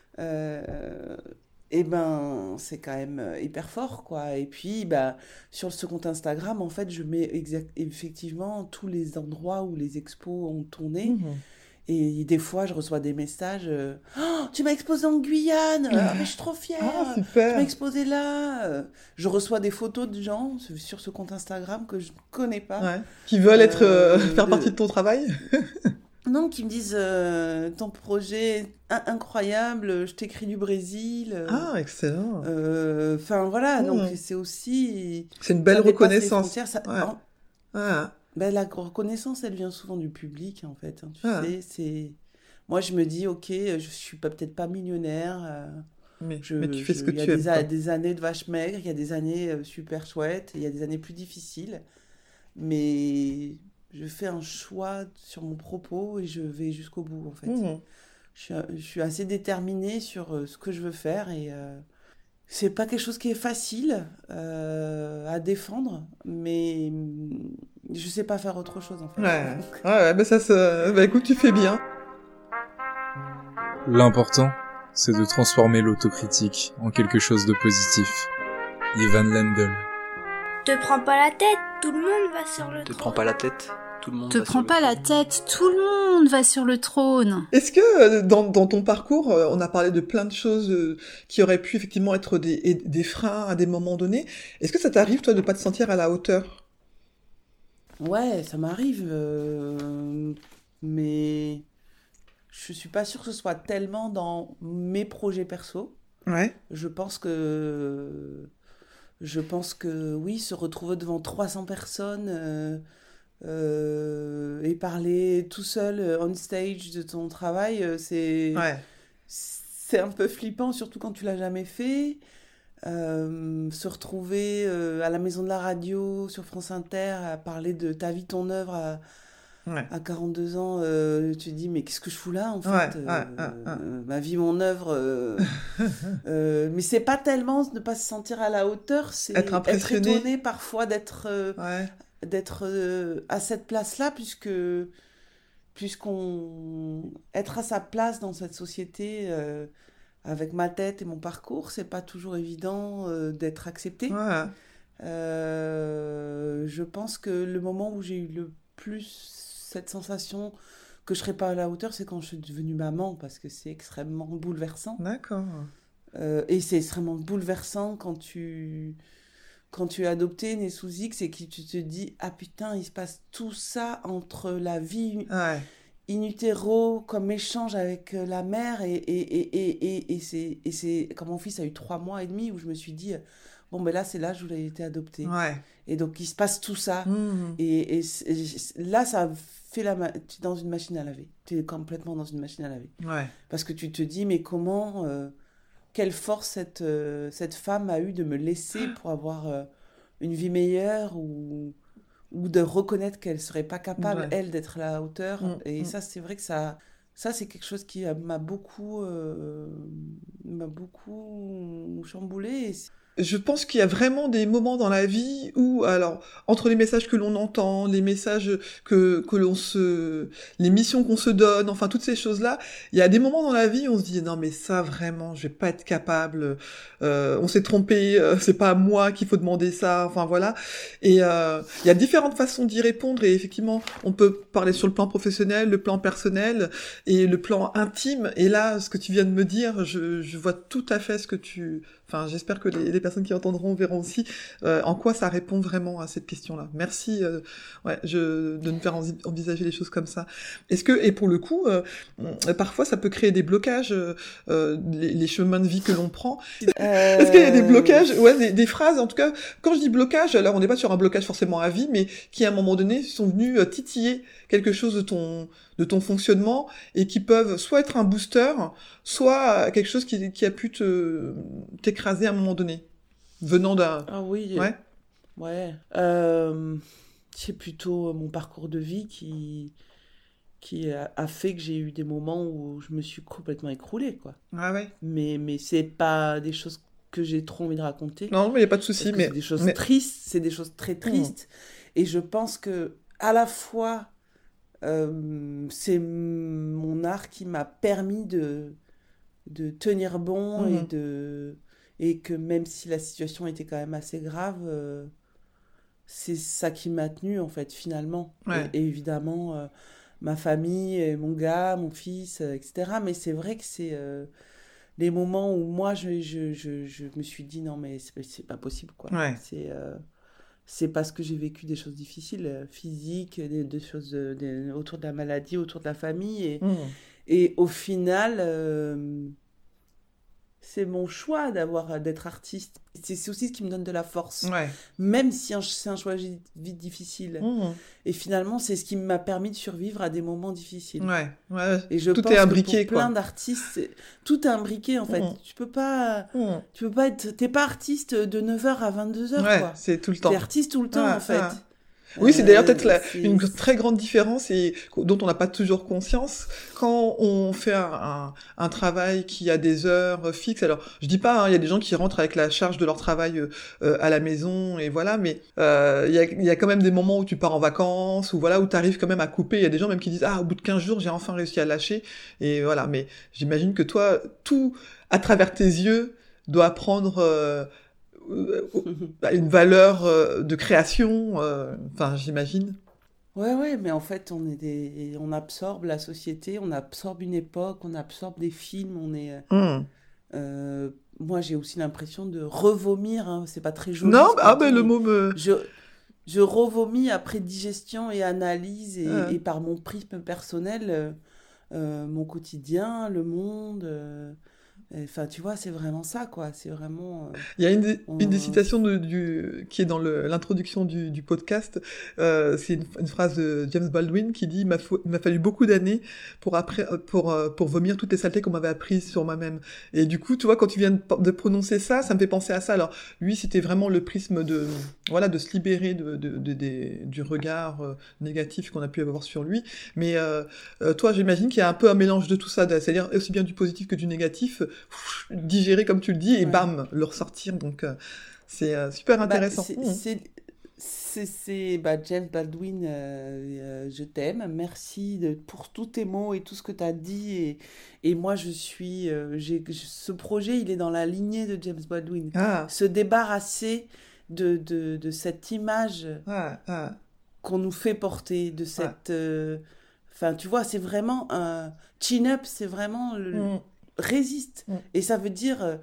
C'est quand même hyper fort, quoi. Et puis, sur ce compte Instagram, en fait, je mets effectivement tous les endroits où les expos ont tourné. Et des fois, je reçois des messages oh, tu m'as exposé en Guyane, mais je suis trop fière. Super. Tu m'as exposé là. Je reçois des photos de gens sur ce compte Instagram que je ne connais pas. Qui veulent faire partie de ton travail. Non, qui me disent ton projet est incroyable, je t'écris du Brésil. Excellent. Enfin voilà, donc c'est aussi. C'est une belle reconnaissance. La reconnaissance, elle vient souvent du public en fait. Tu sais, c'est moi, je me dis, ok, je suis peut-être pas millionnaire. Mais tu fais ce que il y a tu aimes. des années de vache maigre, il y a des années super chouettes, il y a des années plus difficiles. Mais je fais un choix sur mon propos et je vais jusqu'au bout, en fait. Je suis assez déterminée sur ce que je veux faire et c'est pas quelque chose qui est facile à défendre, mais je sais pas faire autre chose, en fait. Ouais, bah écoute, tu fais bien. L'important, c'est de transformer l'autocritique en quelque chose de positif. Ivan Lendl. Te prends pas la tête, tout le monde va sur le Te trône. prends pas la tête, tout le monde Te va sur prends le pas la trône. tête, tout le monde va sur le trône. Est-ce que dans ton parcours, on a parlé de plein de choses qui auraient pu effectivement être des freins à des moments donnés. Est-ce que ça t'arrive, toi, de pas te sentir à la hauteur ? Ouais, ça m'arrive, mais je suis pas sûre que ce soit tellement dans mes projets perso. Ouais. Je pense que oui, se retrouver devant 300 personnes et parler tout seul on stage de ton travail, c'est un peu flippant, surtout quand tu l'as jamais fait. Se retrouver à la maison de la radio sur France Inter à parler de ta vie, ton œuvre à 42 ans, tu te dis mais qu'est-ce que je fous là en fait, ma vie, mon œuvre, mais c'est pas tellement ne pas se sentir à la hauteur, c'est être étonné parfois d'être à cette place-là, puisqu'on être à sa place dans cette société avec ma tête et mon parcours, c'est pas toujours évident d'être accepté. Je pense que le moment où j'ai eu le plus cette sensation que je serais pas à la hauteur, c'est quand je suis devenue maman, parce que c'est extrêmement bouleversant. D'accord. Et c'est extrêmement bouleversant quand tu es adopté, né sous X, et que tu te dis, ah putain, il se passe tout ça entre la vie in utero, comme échange avec la mère, et c'est quand mon fils a eu 3 mois et demi, où je me suis dit, bon, ben là, c'est l'âge où il a été adopté. Et donc, il se passe tout ça. Et là, ça fait tu es dans une machine à laver. Tu es complètement dans une machine à laver. Parce que tu te dis, mais comment... quelle force cette femme a eu de me laisser pour avoir une vie meilleure ou de reconnaître qu'elle ne serait pas capable, elle, d'être à la hauteur. Et ça, c'est vrai que ça c'est quelque chose qui m'a beaucoup chamboulée. Je pense qu'il y a vraiment des moments dans la vie où, alors, entre les messages que l'on entend, les messages les missions qu'on se donne, enfin, toutes ces choses-là, il y a des moments dans la vie où on se dit, non, mais ça, vraiment, je vais pas être capable, on s'est trompé, c'est pas à moi qu'il faut demander ça, enfin, voilà. Et, il y a différentes façons d'y répondre, et effectivement, on peut parler sur le plan professionnel, le plan personnel, et le plan intime. Et là, ce que tu viens de me dire, je vois tout à fait ce que enfin, j'espère que les personnes qui entendront verront aussi en quoi ça répond vraiment à cette question-là. Merci de nous faire envisager les choses comme ça. Et pour le coup, parfois ça peut créer des blocages, les chemins de vie que l'on prend. Est-ce qu'il y a des blocages, des phrases, en tout cas, quand je dis blocage, alors on n'est pas sur un blocage forcément à vie, mais qui à un moment donné sont venus titiller quelque chose de ton fonctionnement et qui peuvent soit être un booster, soit quelque chose qui a pu t'écraser à un moment donné, venant d'un... Ah oui. Ouais. C'est plutôt mon parcours de vie qui a fait que j'ai eu des moments où je me suis complètement écroulée, quoi. Ah ouais. Mais c'est pas des choses que j'ai trop envie de raconter. Non, mais il n'y a pas de souci. C'est des choses tristes, c'est des choses très tristes. Et je pense que, à la fois, c'est mon art qui m'a permis de tenir bon et que même si la situation était quand même assez grave, c'est ça qui m'a tenue, en fait, finalement. Et évidemment, ma famille, et mon gars, mon fils, etc. Mais c'est vrai que c'est les moments où moi, je me suis dit, non, mais c'est pas possible, quoi. C'est parce que j'ai vécu des choses difficiles, physiques, des choses autour de la maladie, autour de la famille. Et au final, c'est mon choix d'être artiste. C'est aussi ce qui me donne de la force. Ouais. Même si c'est un choix de vie difficile. Et finalement, c'est ce qui m'a permis de survivre à des moments difficiles. Ouais. Et je tout pense est imbriqué, que pour plein d'artistes, tout est imbriqué, en fait. Tu peux pas être... T'es pas artiste de 9h à 22h, ouais, quoi. c'est tout le temps. T'es artiste tout le temps, en fait. Oui, c'est d'ailleurs peut-être une très grande différence et dont on n'a pas toujours conscience quand on fait un travail qui a des heures fixes. Alors, je dis pas, il y a des gens qui rentrent avec la charge de leur travail à la maison et voilà, mais il y a quand même des moments où tu pars en vacances ou voilà où tu arrives quand même à couper. Il y a des gens même qui disent au bout de 15 jours, j'ai enfin réussi à lâcher et voilà. Mais j'imagine que toi, tout à travers tes yeux doit prendre une valeur de création, j'imagine. Ouais, mais en fait, on absorbe la société, on absorbe une époque, on absorbe des films, moi, j'ai aussi l'impression de revomir, hein, c'est pas très joli. Non, le mot me... Je revomis après digestion et analyse et par mon prisme personnel, mon quotidien, le monde... Enfin, tu vois, c'est vraiment ça, quoi. C'est vraiment... Il y a une des citations qui est dans l'introduction du podcast. C'est une phrase de James Baldwin qui dit « Il m'a fallu beaucoup d'années pour vomir toutes les saletés qu'on m'avait apprises sur moi-même. » Et du coup, tu vois, quand tu viens de prononcer ça, ça me fait penser à ça. Alors, lui, c'était vraiment le prisme de se libérer du regard négatif qu'on a pu avoir sur lui. Mais toi, j'imagine qu'il y a un peu un mélange de tout ça, c'est-à-dire aussi bien du positif que du négatif, digérer comme tu le dis et bam, le ressortir, donc c'est super intéressant. James Baldwin, je t'aime, merci pour tous tes mots et tout ce que tu as dit et moi ce projet il est dans la lignée de James Baldwin, se débarrasser de cette image qu'on nous fait porter, de cette tu vois, c'est vraiment un chin-up, c'est vraiment résiste. Et ça veut dire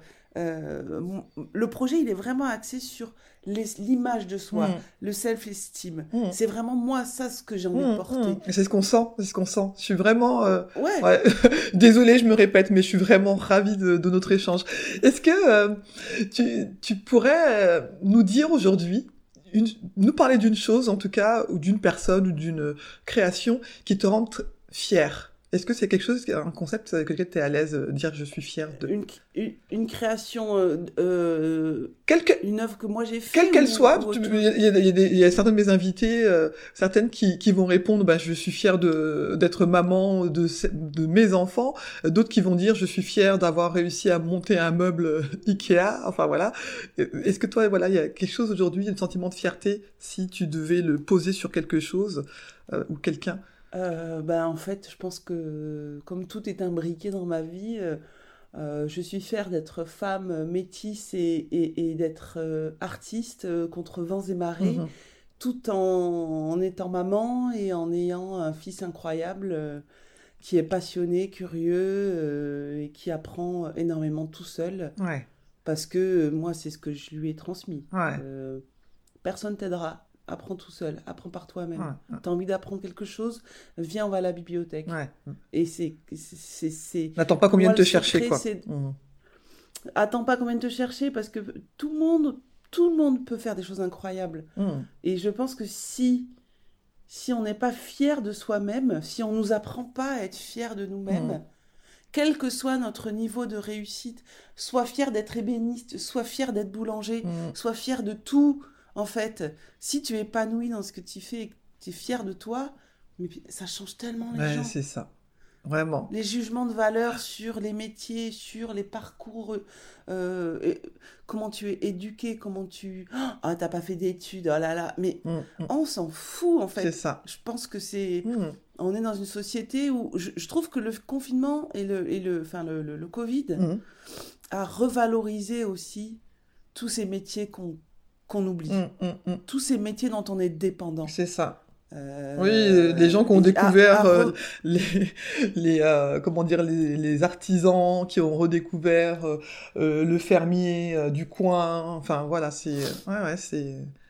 le projet il est vraiment axé sur l'image de soi, le self-esteem. C'est vraiment moi ça ce que j'ai envie de porter. Et c'est ce qu'on sent, je suis vraiment désolée, je me répète, mais je suis vraiment ravie de notre échange. Est-ce que tu pourrais nous dire aujourd'hui, nous parler d'une chose en tout cas, ou d'une personne ou d'une création qui te rend fière? Est-ce que c'est quelque chose, un concept avec lequel tu es à l'aise de dire je suis fière de... Une création, une œuvre que moi j'ai faite. Quelle qu'elle soit, il y a certains de mes invités, certaines qui vont répondre je suis fière d'être maman de mes enfants, d'autres qui vont dire je suis fière d'avoir réussi à monter un meuble Ikea, enfin voilà. Est-ce que toi, il y a quelque chose aujourd'hui, un sentiment de fierté si tu devais le poser sur quelque chose ou quelqu'un? En fait, je pense que comme tout est imbriqué dans ma vie, je suis fière d'être femme métisse et d'être artiste contre vents et marées, tout en étant maman et en ayant un fils incroyable qui est passionné, curieux et qui apprend énormément tout seul. Ouais. Parce que moi, c'est ce que je lui ai transmis. Ouais. Personne t'aidera. Apprends tout seul, apprends par toi-même. T'as envie d'apprendre quelque chose, viens, on va à la bibliothèque. Et c'est... N'attends pas qu'on vienne te chercher, quoi. Attends pas qu'on vienne te chercher, parce que tout le monde peut faire des choses incroyables. Et je pense que si on n'est pas fier de soi-même, si on nous apprend pas à être fier de nous-mêmes, quel que soit notre niveau de réussite, sois fier d'être ébéniste, sois fier d'être boulanger, sois fier de tout... En fait, si tu es épanoui dans ce que tu fais et que tu es fier de toi, mais ça change tellement les gens. C'est ça. Vraiment. Les jugements de valeur sur les métiers, sur les parcours, comment tu es éduqué, comment tu... Ah, t'as pas fait d'études, oh là là. Mais on s'en fout, en fait. C'est ça. Je pense que c'est... On est dans une société où... Je trouve que le confinement et le Covid a revalorisé aussi tous ces métiers qu'on oublie. Tous ces métiers dont on est dépendant. C'est ça. Oui, les gens qui ont découvert les artisans qui ont redécouvert le fermier du coin. Enfin voilà, c'est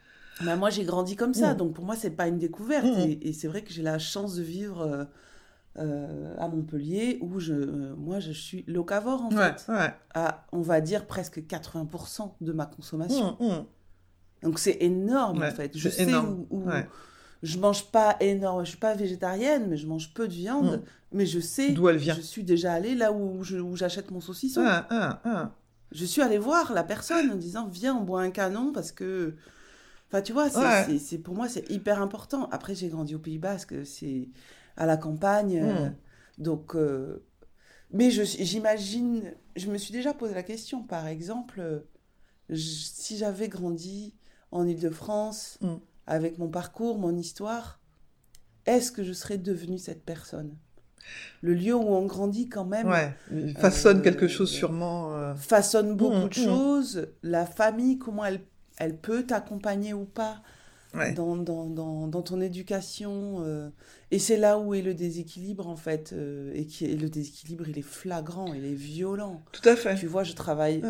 moi j'ai grandi comme ça, donc pour moi c'est pas une découverte et c'est vrai que j'ai la chance de vivre à Montpellier, où moi, je suis locavore, en fait. Ouais. À, on va dire, presque 80% de ma consommation. Donc, c'est énorme, en fait. Je sais où je mange pas énorme. Je suis pas végétarienne, mais je mange peu de viande. Mais je sais d'où elle vient. Je suis déjà allée là où j'achète mon saucisson. Je suis allée voir la personne en disant, viens, on boit un canon, parce que... Enfin, tu vois, c'est pour moi, c'est hyper important. Après, j'ai grandi au Pays Basque, c'est à la campagne. Donc, mais j'imagine... Je me suis déjà posé la question, par exemple, si j'avais grandi en Île-de-France, avec mon parcours, mon histoire, est-ce que je serais devenue cette personne ? Le lieu où on grandit, quand même... façonne quelque chose, sûrement. Façonne beaucoup de choses. La famille, comment elle peut t'accompagner ou pas dans ton éducation. Et c'est là où est le déséquilibre, en fait. Le déséquilibre, il est flagrant, il est violent. Tout à fait. Tu vois, j'ai travaillé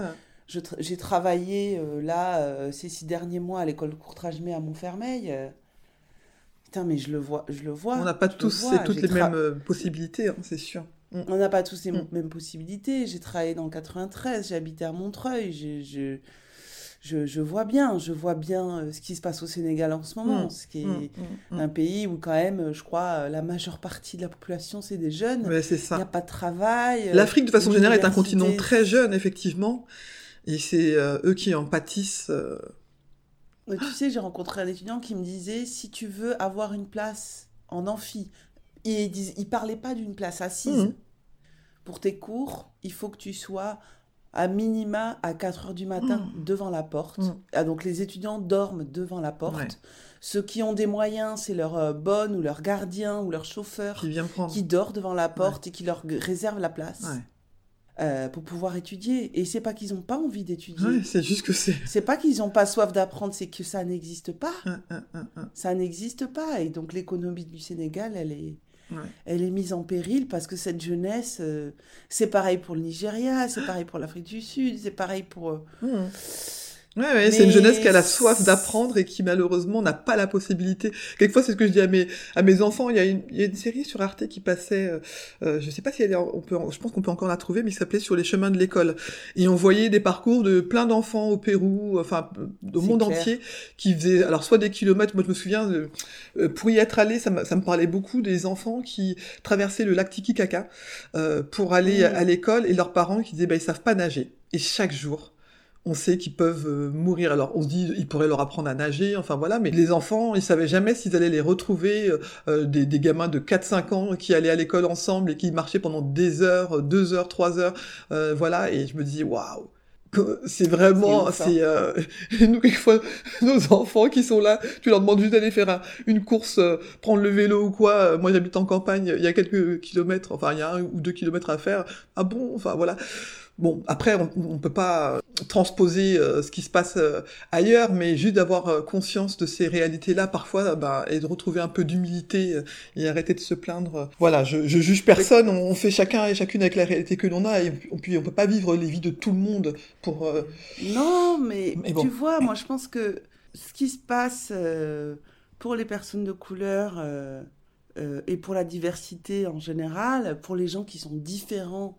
ces 6 derniers mois à l'école Courtrage-May à Montfermeil. Putain, mais je le vois. On n'a pas tous et toutes les mêmes possibilités, c'est sûr. On n'a pas tous les mêmes possibilités. J'ai travaillé dans le 93, j'ai habité à Montreuil. Je vois bien ce qui se passe au Sénégal en ce moment, ce qui est un pays où quand même, je crois, la majeure partie de la population, c'est des jeunes. Ouais, c'est ça. Il n'y a pas de travail. L'Afrique, de façon générale, est un continent très jeune, effectivement. Et c'est eux qui en pâtissent... Tu sais, j'ai rencontré un étudiant qui me disait, si tu veux avoir une place en amphi, il parlait pas d'une place assise. Pour tes cours, il faut que tu sois à minima à 4h du matin devant la porte. Ah, donc les étudiants dorment devant la porte. Ceux qui ont des moyens, c'est leur bonne ou leur gardien ou leur chauffeur qui dort devant la porte et qui leur réserve la place. Pour pouvoir étudier. Et c'est pas qu'ils n'ont pas envie d'étudier. C'est juste que c'est pas qu'ils n'ont pas soif d'apprendre, c'est que ça n'existe pas. Ça n'existe pas. Et donc l'économie du Sénégal, elle est mise en péril parce que cette jeunesse, c'est pareil pour le Nigeria, c'est pareil pour l'Afrique du Sud, c'est pareil pour... Mais c'est une jeunesse qui a la soif d'apprendre et qui malheureusement n'a pas la possibilité. Quelquefois, c'est ce que je dis à mes enfants. Il y a une série sur Arte qui passait, je sais pas si je pense qu'on peut encore la trouver, mais qui s'appelait Sur les chemins de l'école. Et on voyait des parcours de plein d'enfants au Pérou, enfin au monde entier, qui faisaient alors soit des kilomètres. Moi, je me souviens pour y être allé, ça me parlait beaucoup des enfants qui traversaient le lac Titicaca pour aller à l'école, et leurs parents qui disaient ils savent pas nager. Et chaque jour, on sait qu'ils peuvent mourir. Alors, on se dit, ils pourraient leur apprendre à nager, enfin voilà, mais les enfants, ils savaient jamais s'ils allaient les retrouver, des gamins de 4-5 ans qui allaient à l'école ensemble et qui marchaient pendant des heures, 2 heures, 3 heures, voilà, et je me dis, waouh, c'est vraiment, nous, quelquefois, nos enfants qui sont là, tu leur demandes juste d'aller faire une course, prendre le vélo ou quoi. Moi, j'habite en campagne, il y a quelques kilomètres, enfin, il y a 1 ou 2 kilomètres à faire. Ah bon, enfin, voilà. Bon, après, on peut pas transposer ce qui se passe ailleurs, mais juste d'avoir conscience de ces réalités-là, parfois, et de retrouver un peu d'humilité et arrêter de se plaindre. Voilà, je juge personne, on fait chacun et chacune avec la réalité que l'on a, et puis on peut pas vivre les vies de tout le monde pour... Non, mais bon. Tu vois, moi je pense que ce qui se passe pour les personnes de couleur et pour la diversité en général, pour les gens qui sont différents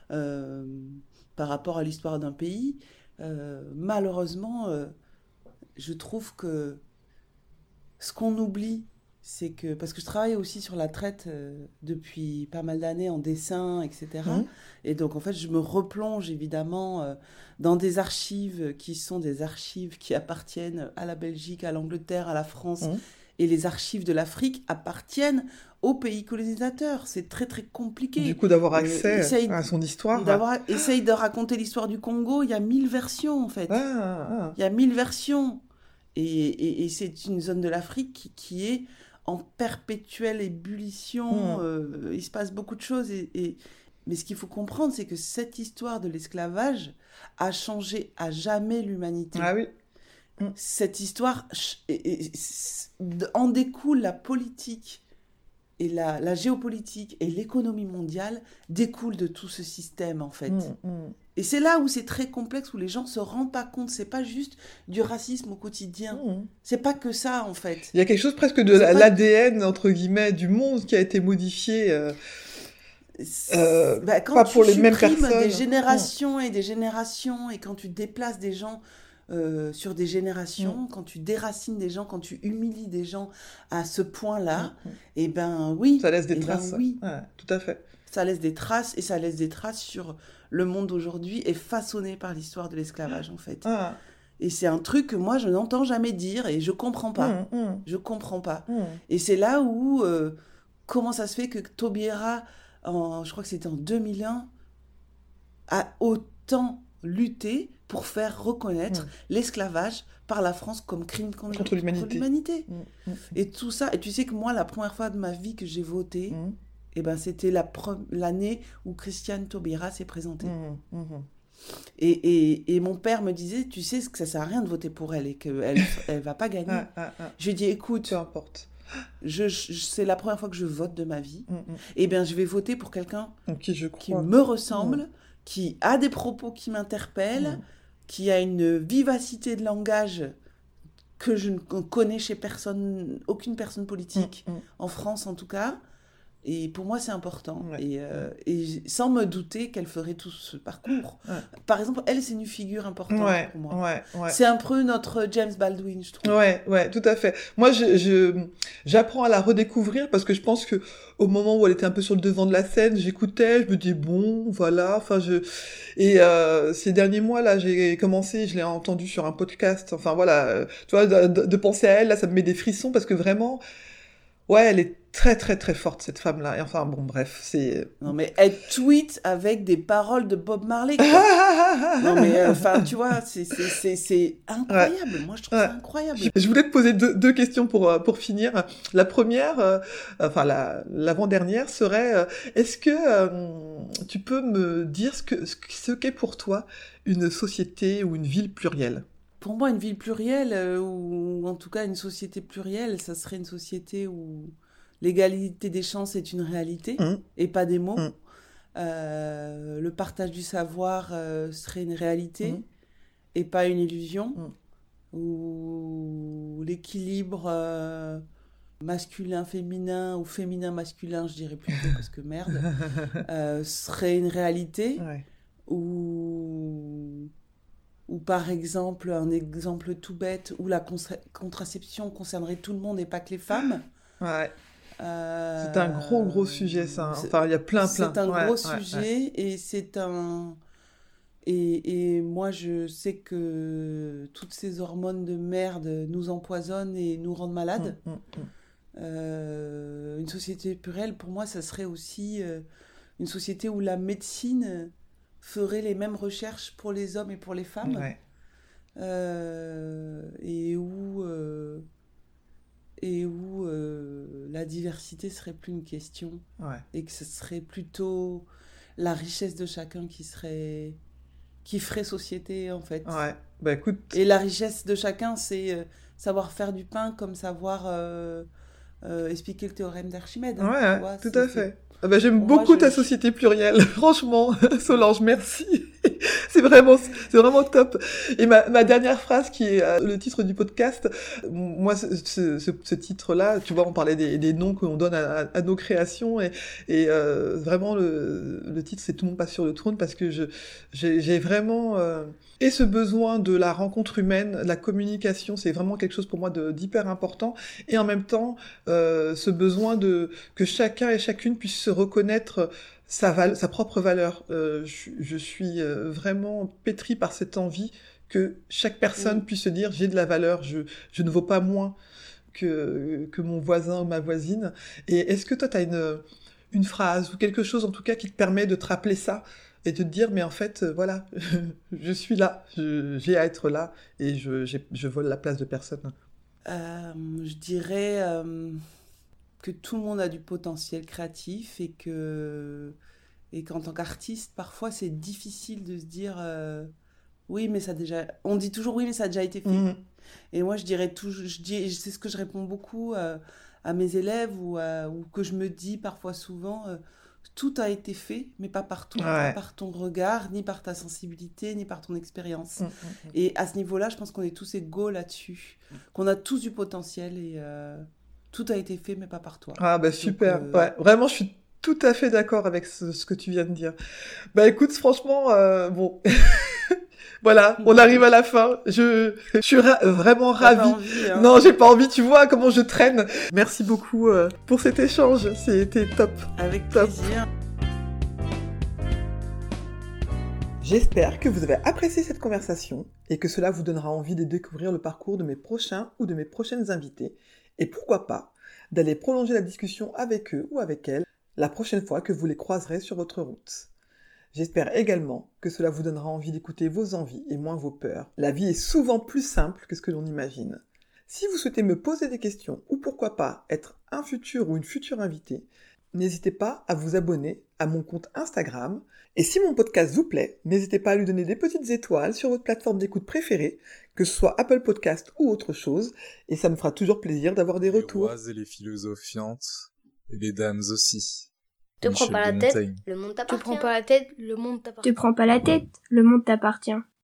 par rapport à l'histoire d'un pays, malheureusement, je trouve que ce qu'on oublie, c'est que... Parce que je travaille aussi sur la traite depuis pas mal d'années en dessin, etc. Et donc, en fait, je me replonge, évidemment, dans des archives qui sont des archives qui appartiennent à la Belgique, à l'Angleterre, à la France. Et les archives de l'Afrique appartiennent aux pays colonisateurs. C'est très, très compliqué. Du coup, d'avoir accès à son histoire. Essaye de raconter l'histoire du Congo. Il y a 1000 versions, en fait. Il y a 1000 versions. Et c'est une zone de l'Afrique qui est en perpétuelle ébullition. Il se passe beaucoup de choses. Mais ce qu'il faut comprendre, c'est que cette histoire de l'esclavage a changé à jamais l'humanité. Ah oui. Cette histoire, en découle la politique et la géopolitique et l'économie mondiale découlent de tout ce système, en fait. Et c'est là où c'est très complexe, où les gens se rendent pas compte. C'est pas juste du racisme au quotidien. C'est pas que ça, en fait. Il y a quelque chose presque de l'ADN, entre guillemets, du monde qui a été modifié. Quand pas tu pour les mêmes personnes. des générations et des générations, et quand tu déplaces des gens sur des générations, quand tu déracines des gens, quand tu humilies des gens à ce point-là, et ben oui. Ça laisse des traces. Oui. Ouais, tout à fait. Ça laisse des traces, et ça laisse des traces sur le monde d'aujourd'hui, et façonné par l'histoire de l'esclavage, en fait. Et c'est un truc que moi, je n'entends jamais dire, et je comprends pas. Je comprends pas. Et c'est là où, comment ça se fait que Taubira, je crois que c'était en 2001, a autant lutté pour faire reconnaître l'esclavage par la France comme crime contre l'humanité. Et tout ça, et tu sais que moi, la première fois de ma vie que j'ai voté, et ben, c'était l'année où Christiane Taubira s'est présentée. Et mon père me disait, tu sais que ça sert à rien de voter pour elle et qu'elle elle va pas gagner. Je lui ai dit, écoute, peu importe. C'est la première fois que je vote de ma vie. Et bien, je vais voter pour quelqu'un qui me ressemble, qui a des propos qui m'interpellent, qui a une vivacité de langage que je ne connais chez personne, aucune personne politique, en France en tout cas. Et pour moi, c'est important. Et sans me douter qu'elle ferait tout ce parcours. Par exemple, elle, c'est une figure importante pour moi. C'est un peu notre James Baldwin, je trouve. Ouais, tout à fait. Moi, j'apprends à la redécouvrir parce que je pense que au moment où elle était un peu sur le devant de la scène, j'écoutais, je me dis bon, voilà. Enfin, et ces derniers mois là, j'ai commencé, je l'ai entendu sur un podcast. Enfin voilà, tu vois, de penser à elle là, ça me met des frissons parce que vraiment, ouais, elle est très très très forte cette femme-là. Et enfin bon, bref, c'est. Non mais elle tweet avec des paroles de Bob Marley. Non mais enfin tu vois, c'est incroyable. Moi je trouve ça incroyable. Je voulais te poser deux questions pour finir. La première, enfin l'avant-dernière serait, est-ce que tu peux me dire ce qu'est pour toi une société ou une ville plurielle? Pour moi, une ville plurielle, ou en tout cas une société plurielle, ça serait une société où l'égalité des chances est une réalité et pas des mots. Le partage du savoir serait une réalité et pas une illusion. Où l'équilibre masculin-féminin ou féminin-masculin, je dirais plutôt, parce que merde, serait une réalité. Ou par exemple, un exemple tout bête, où la contraception concernerait tout le monde et pas que les femmes. C'est un gros sujet, ça. Enfin, il y a plein. C'est un gros sujet, et c'est un... Et moi, je sais que toutes ces hormones de merde nous empoisonnent et nous rendent malades. Une société plurielle, pour moi, ça serait aussi une société où la médecine ferait les mêmes recherches pour les hommes et pour les femmes. Et où la diversité serait plus une question. Et que ce serait plutôt la richesse de chacun qui ferait société, en fait. Bah écoute... Et la richesse de chacun, c'est savoir faire du pain comme savoir expliquer le théorème d'Archimède. Tu vois, tout à fait. Ah bah, j'aime beaucoup ta société plurielle. Franchement, Solange, merci. C'est vraiment top. Et ma dernière phrase, qui est le titre du podcast, moi, ce titre-là, tu vois, on parlait des noms qu'on donne à nos créations, et vraiment, le titre, c'est Tout le monde passe sur le trône, parce que j'ai vraiment... Et ce besoin de la rencontre humaine, la communication, c'est vraiment quelque chose pour moi d'hyper important. Et en même temps, ce besoin que chacun et chacune puisse se reconnaître sa propre valeur. Je suis vraiment pétrie par cette envie que chaque personne puisse se dire j'ai de la valeur, je ne vaux pas moins que mon voisin ou ma voisine. Et est-ce que toi, tu as une phrase ou quelque chose en tout cas qui te permet de te rappeler ça et de te dire mais en fait voilà, je suis là, j'ai à être là et je vole la place de personne. Je dirais que tout le monde a du potentiel créatif et qu'en tant qu'artiste, parfois c'est difficile de se dire oui mais ça déjà... On dit toujours oui mais ça a déjà été fait. Et moi je dirais toujours, c'est ce que je réponds beaucoup à mes élèves ou que je me dis parfois souvent, tout a été fait, mais pas par toi, pas par ton regard, ni par ta sensibilité, ni par ton expérience. Et à ce niveau-là, je pense qu'on est tous égaux là-dessus, qu'on a tous du potentiel et tout a été fait, mais pas par toi. Ah bah super, ouais, vraiment je suis tout à fait d'accord avec ce que tu viens de dire. Bah écoute, franchement, bon... Voilà, on arrive à la fin. Je suis vraiment ravie. Envie, hein. Non, j'ai pas envie, tu vois comment je traîne. Merci beaucoup pour cet échange, c'était top. Avec plaisir. J'espère que vous avez apprécié cette conversation et que cela vous donnera envie de découvrir le parcours de mes prochains ou de mes prochaines invités et pourquoi pas d'aller prolonger la discussion avec eux ou avec elles la prochaine fois que vous les croiserez sur votre route. J'espère également que cela vous donnera envie d'écouter vos envies et moins vos peurs. La vie est souvent plus simple que ce que l'on imagine. Si vous souhaitez me poser des questions ou pourquoi pas être un futur ou une future invitée, n'hésitez pas à vous abonner à mon compte Instagram. Et si mon podcast vous plaît, n'hésitez pas à lui donner des petites étoiles sur votre plateforme d'écoute préférée, que ce soit Apple Podcast ou autre chose, et ça me fera toujours plaisir d'avoir des retours. Les rois et les philosophiantes, et les dames aussi. Te prends pas la tête, le monde t'appartient. Te prends pas la tête, le monde t'appartient. Te prends pas la tête, le monde t'appartient.